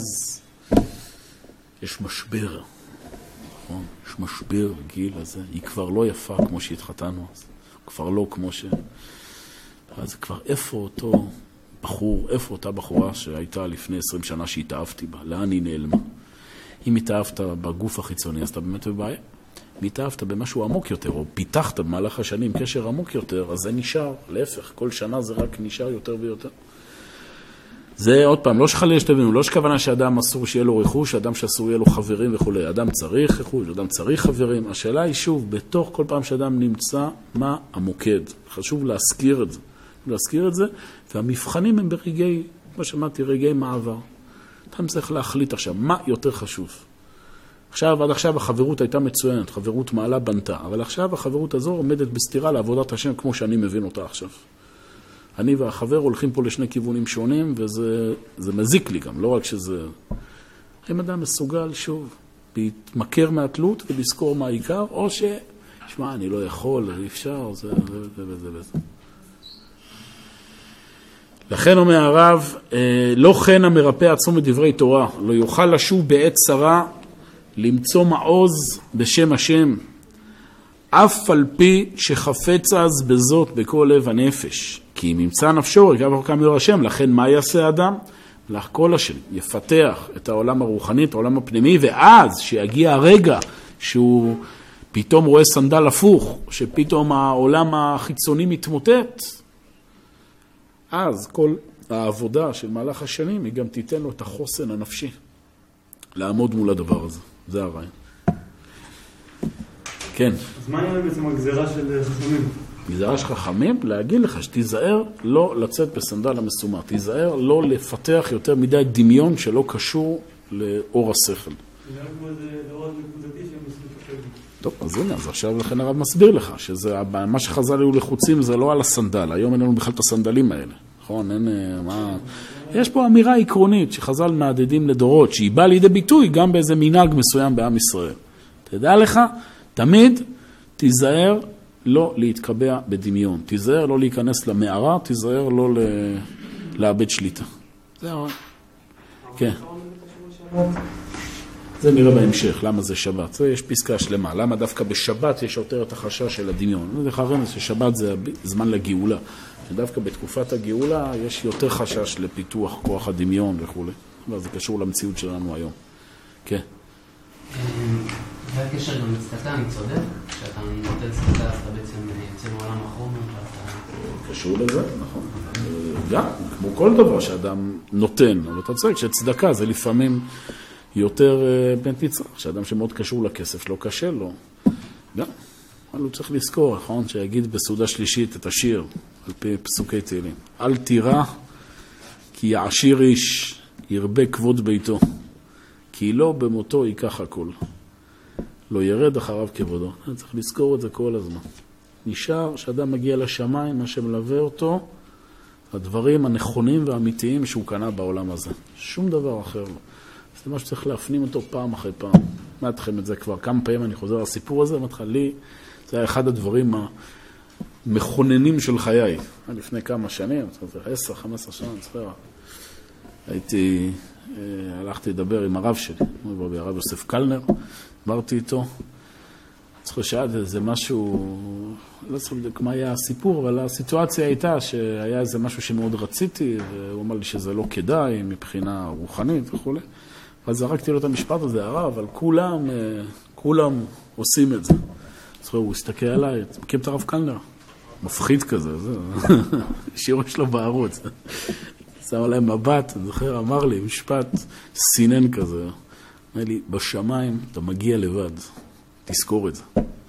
יש משבר. יש משבר גיל הזה. היא כבר לא יפה כמו שהתחתנו. כבר לא כמו ש... אז כבר איפה אותו בחור, איפה אותה בחורה שהייתה לפני 20 שנה שהתאהבתי בה? לאן היא נעלמה? אם התאהבת בגוף החיצוני, אז אתה באמת בבעיה. אם התאהבת במשהו עמוק יותר, או פיתחת במהלך השנים קשר עמוק יותר, אז זה נשאר. להפך, כל שנה זה רק נשאר יותר ויותר. זה עוד פעם, לא שחלילה שתבינו, לא שכוונה שאדם אסור שיהיה לו רכוש, אדם שאסור יהיה לו חברים וכו'. אדם צריך רכוש, אדם צריך חברים. השאלה היא שוב, בתוך כל פעם שאדם נמצא, מה המוקד? חשוב להזכיר את זה. להזכיר את זה, והמבחנים הם ברגעי, כמו שמעתי, רגעי מעבר. אתה צריך להחליט עכשיו, מה יותר חשוב? עד עכשיו החברות הייתה מצוינת, חברות מעלה בנתה, אבל עכשיו החברות הזו עומדת בסתירה לעבודת השם כמו שאני מבין אותה עכשיו. אני והחבר הולכים פה לשני כיוונים שונים, וזה מזיק לי גם, לא רק שזה... אם אדם מסוגל שוב, להתמכר מהתלות ולזכור מה העיקר, או שמע, אני לא יכול, אי אפשר, זה וזה וזה. לכן אומר הרב, לא כן המרפא עצמו מדברי תורה, לא יוכל לשוב בעת צרה, למצוא מעוז בשם השם, אף על פי שחפץ אז בזאת בכל לב הנפש. כי אם ימצא נפשו, רגע וחוקם יור השם, לכן מה יעשה האדם? כל השם יפתח את העולם הרוחני, את העולם הפנימי, ואז שיגיע הרגע שהוא פתאום רואה סנדל הפוך, שפתאום העולם החיצוני מתמוטט, אז כל העבודה של מהלך השנים היא גם תיתן לו את החוסן הנפשי לעמוד מול הדבר הזה. זה הרעיון. כן. אז מה יהיה בעצם הגזירה של חכמים? גזירה של חכמים? להגיד לך שתיזהר לא לצאת בסנדל המסומר. תיזהר לא לפתח יותר מדי דמיון שלא קשור לאור השכל. זה רק כמו איזה דבר נקודתי שהם מסתכל. טוב, אז הנה, אז עכשיו לכן הרב מסביר לך, מה שחז"ל היו לחוצים זה לא על הסנדל, היום אין לנו בכלל את הסנדלים האלה, נכון? אין, מה... יש פה אמירה עקרונית שחז"ל מעדדים לדורות, שהיא באה לידי ביטוי גם באיזה מנהג מסוים בעם ישראל. תדע לך, תמיד תיזהר לא להתקבע בדמיון, תיזהר לא להיכנס למערה, תיזהר לא לאבד שליטה. זה הרעיון. כן. זה נראה בהמשך, למה זה שבת. זה יש פסקה שלמה. למה דווקא בשבת יש יותר את החשש של הדמיון? זה חרן ששבת זה זמן לגאולה. שדווקא בתקופת הגאולה יש יותר חשש לפיתוח כוח הדמיון וכו'. אבל זה קשור למציאות שלנו היום. כן. זה הקשר גם לצדקה, אני צודק? כשאתה נותן צדקה, אתה בעצם יוצא מעולם החומר ואתה... קשור לזה, נכון. גם, כמו כל דבר שאדם נותן. אבל אתה צודק שצדקה זה לפעמים... יותר בן תצרח, שאדם שמאוד קשור לכסף, לא קשה לו. גם, אבל הוא צריך לזכור, נכון? שיגיד בסעודה שלישית את השיר, על פי פסוקי תהילים. אל תירא, כי יעשיר איש, ירבה כבוד ביתו, כי לא במותו ייקח הכל. לא ירד אחריו כבודו. צריך לזכור את זה כל הזמן. נשאר שאדם מגיע לשמיים, מה שמלווה אותו, הדברים הנכונים והאמיתיים שהוא קנה בעולם הזה. שום דבר אחר לא. זה מה שצריך להפנים אותו פעם אחרי פעם. מה אתכם את זה כבר? כמה פעמים אני חוזר לסיפור הזה, לי, זה היה אחד הדברים המכוננים של חיי. לפני כמה שנים, 10-15 שנה, הלכתי לדבר עם הרב שלי, הרב יוסף קלנר, אמרתי איתו, צריך לשאול, זה משהו, לא צריך לדעת מה היה הסיפור, אבל הסיטואציה הייתה שהיה איזה משהו שמאוד רציתי, והוא אמר לי שזה לא כדאי מבחינה רוחנית וכו'. אז זרקתי לו את המשפט הזה, הרב, אבל כולם עושים את זה. אז הוא הסתכל עליי, מכיר את הרב קלנר? מפחיד כזה, שיעור שלו בערוץ. שם עליי מבט, אני זוכר, אמר לי, משפט סינן כזה. אמר לי, בשמיים אתה מגיע לבד, תזכור את זה.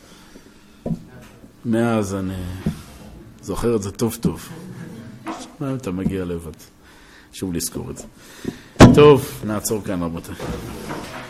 מאז אני זוכר את זה טוב טוב. בשמיים אתה מגיע לבד. שוב לזכור את זה. טוב, נעצור כאן רבותיי.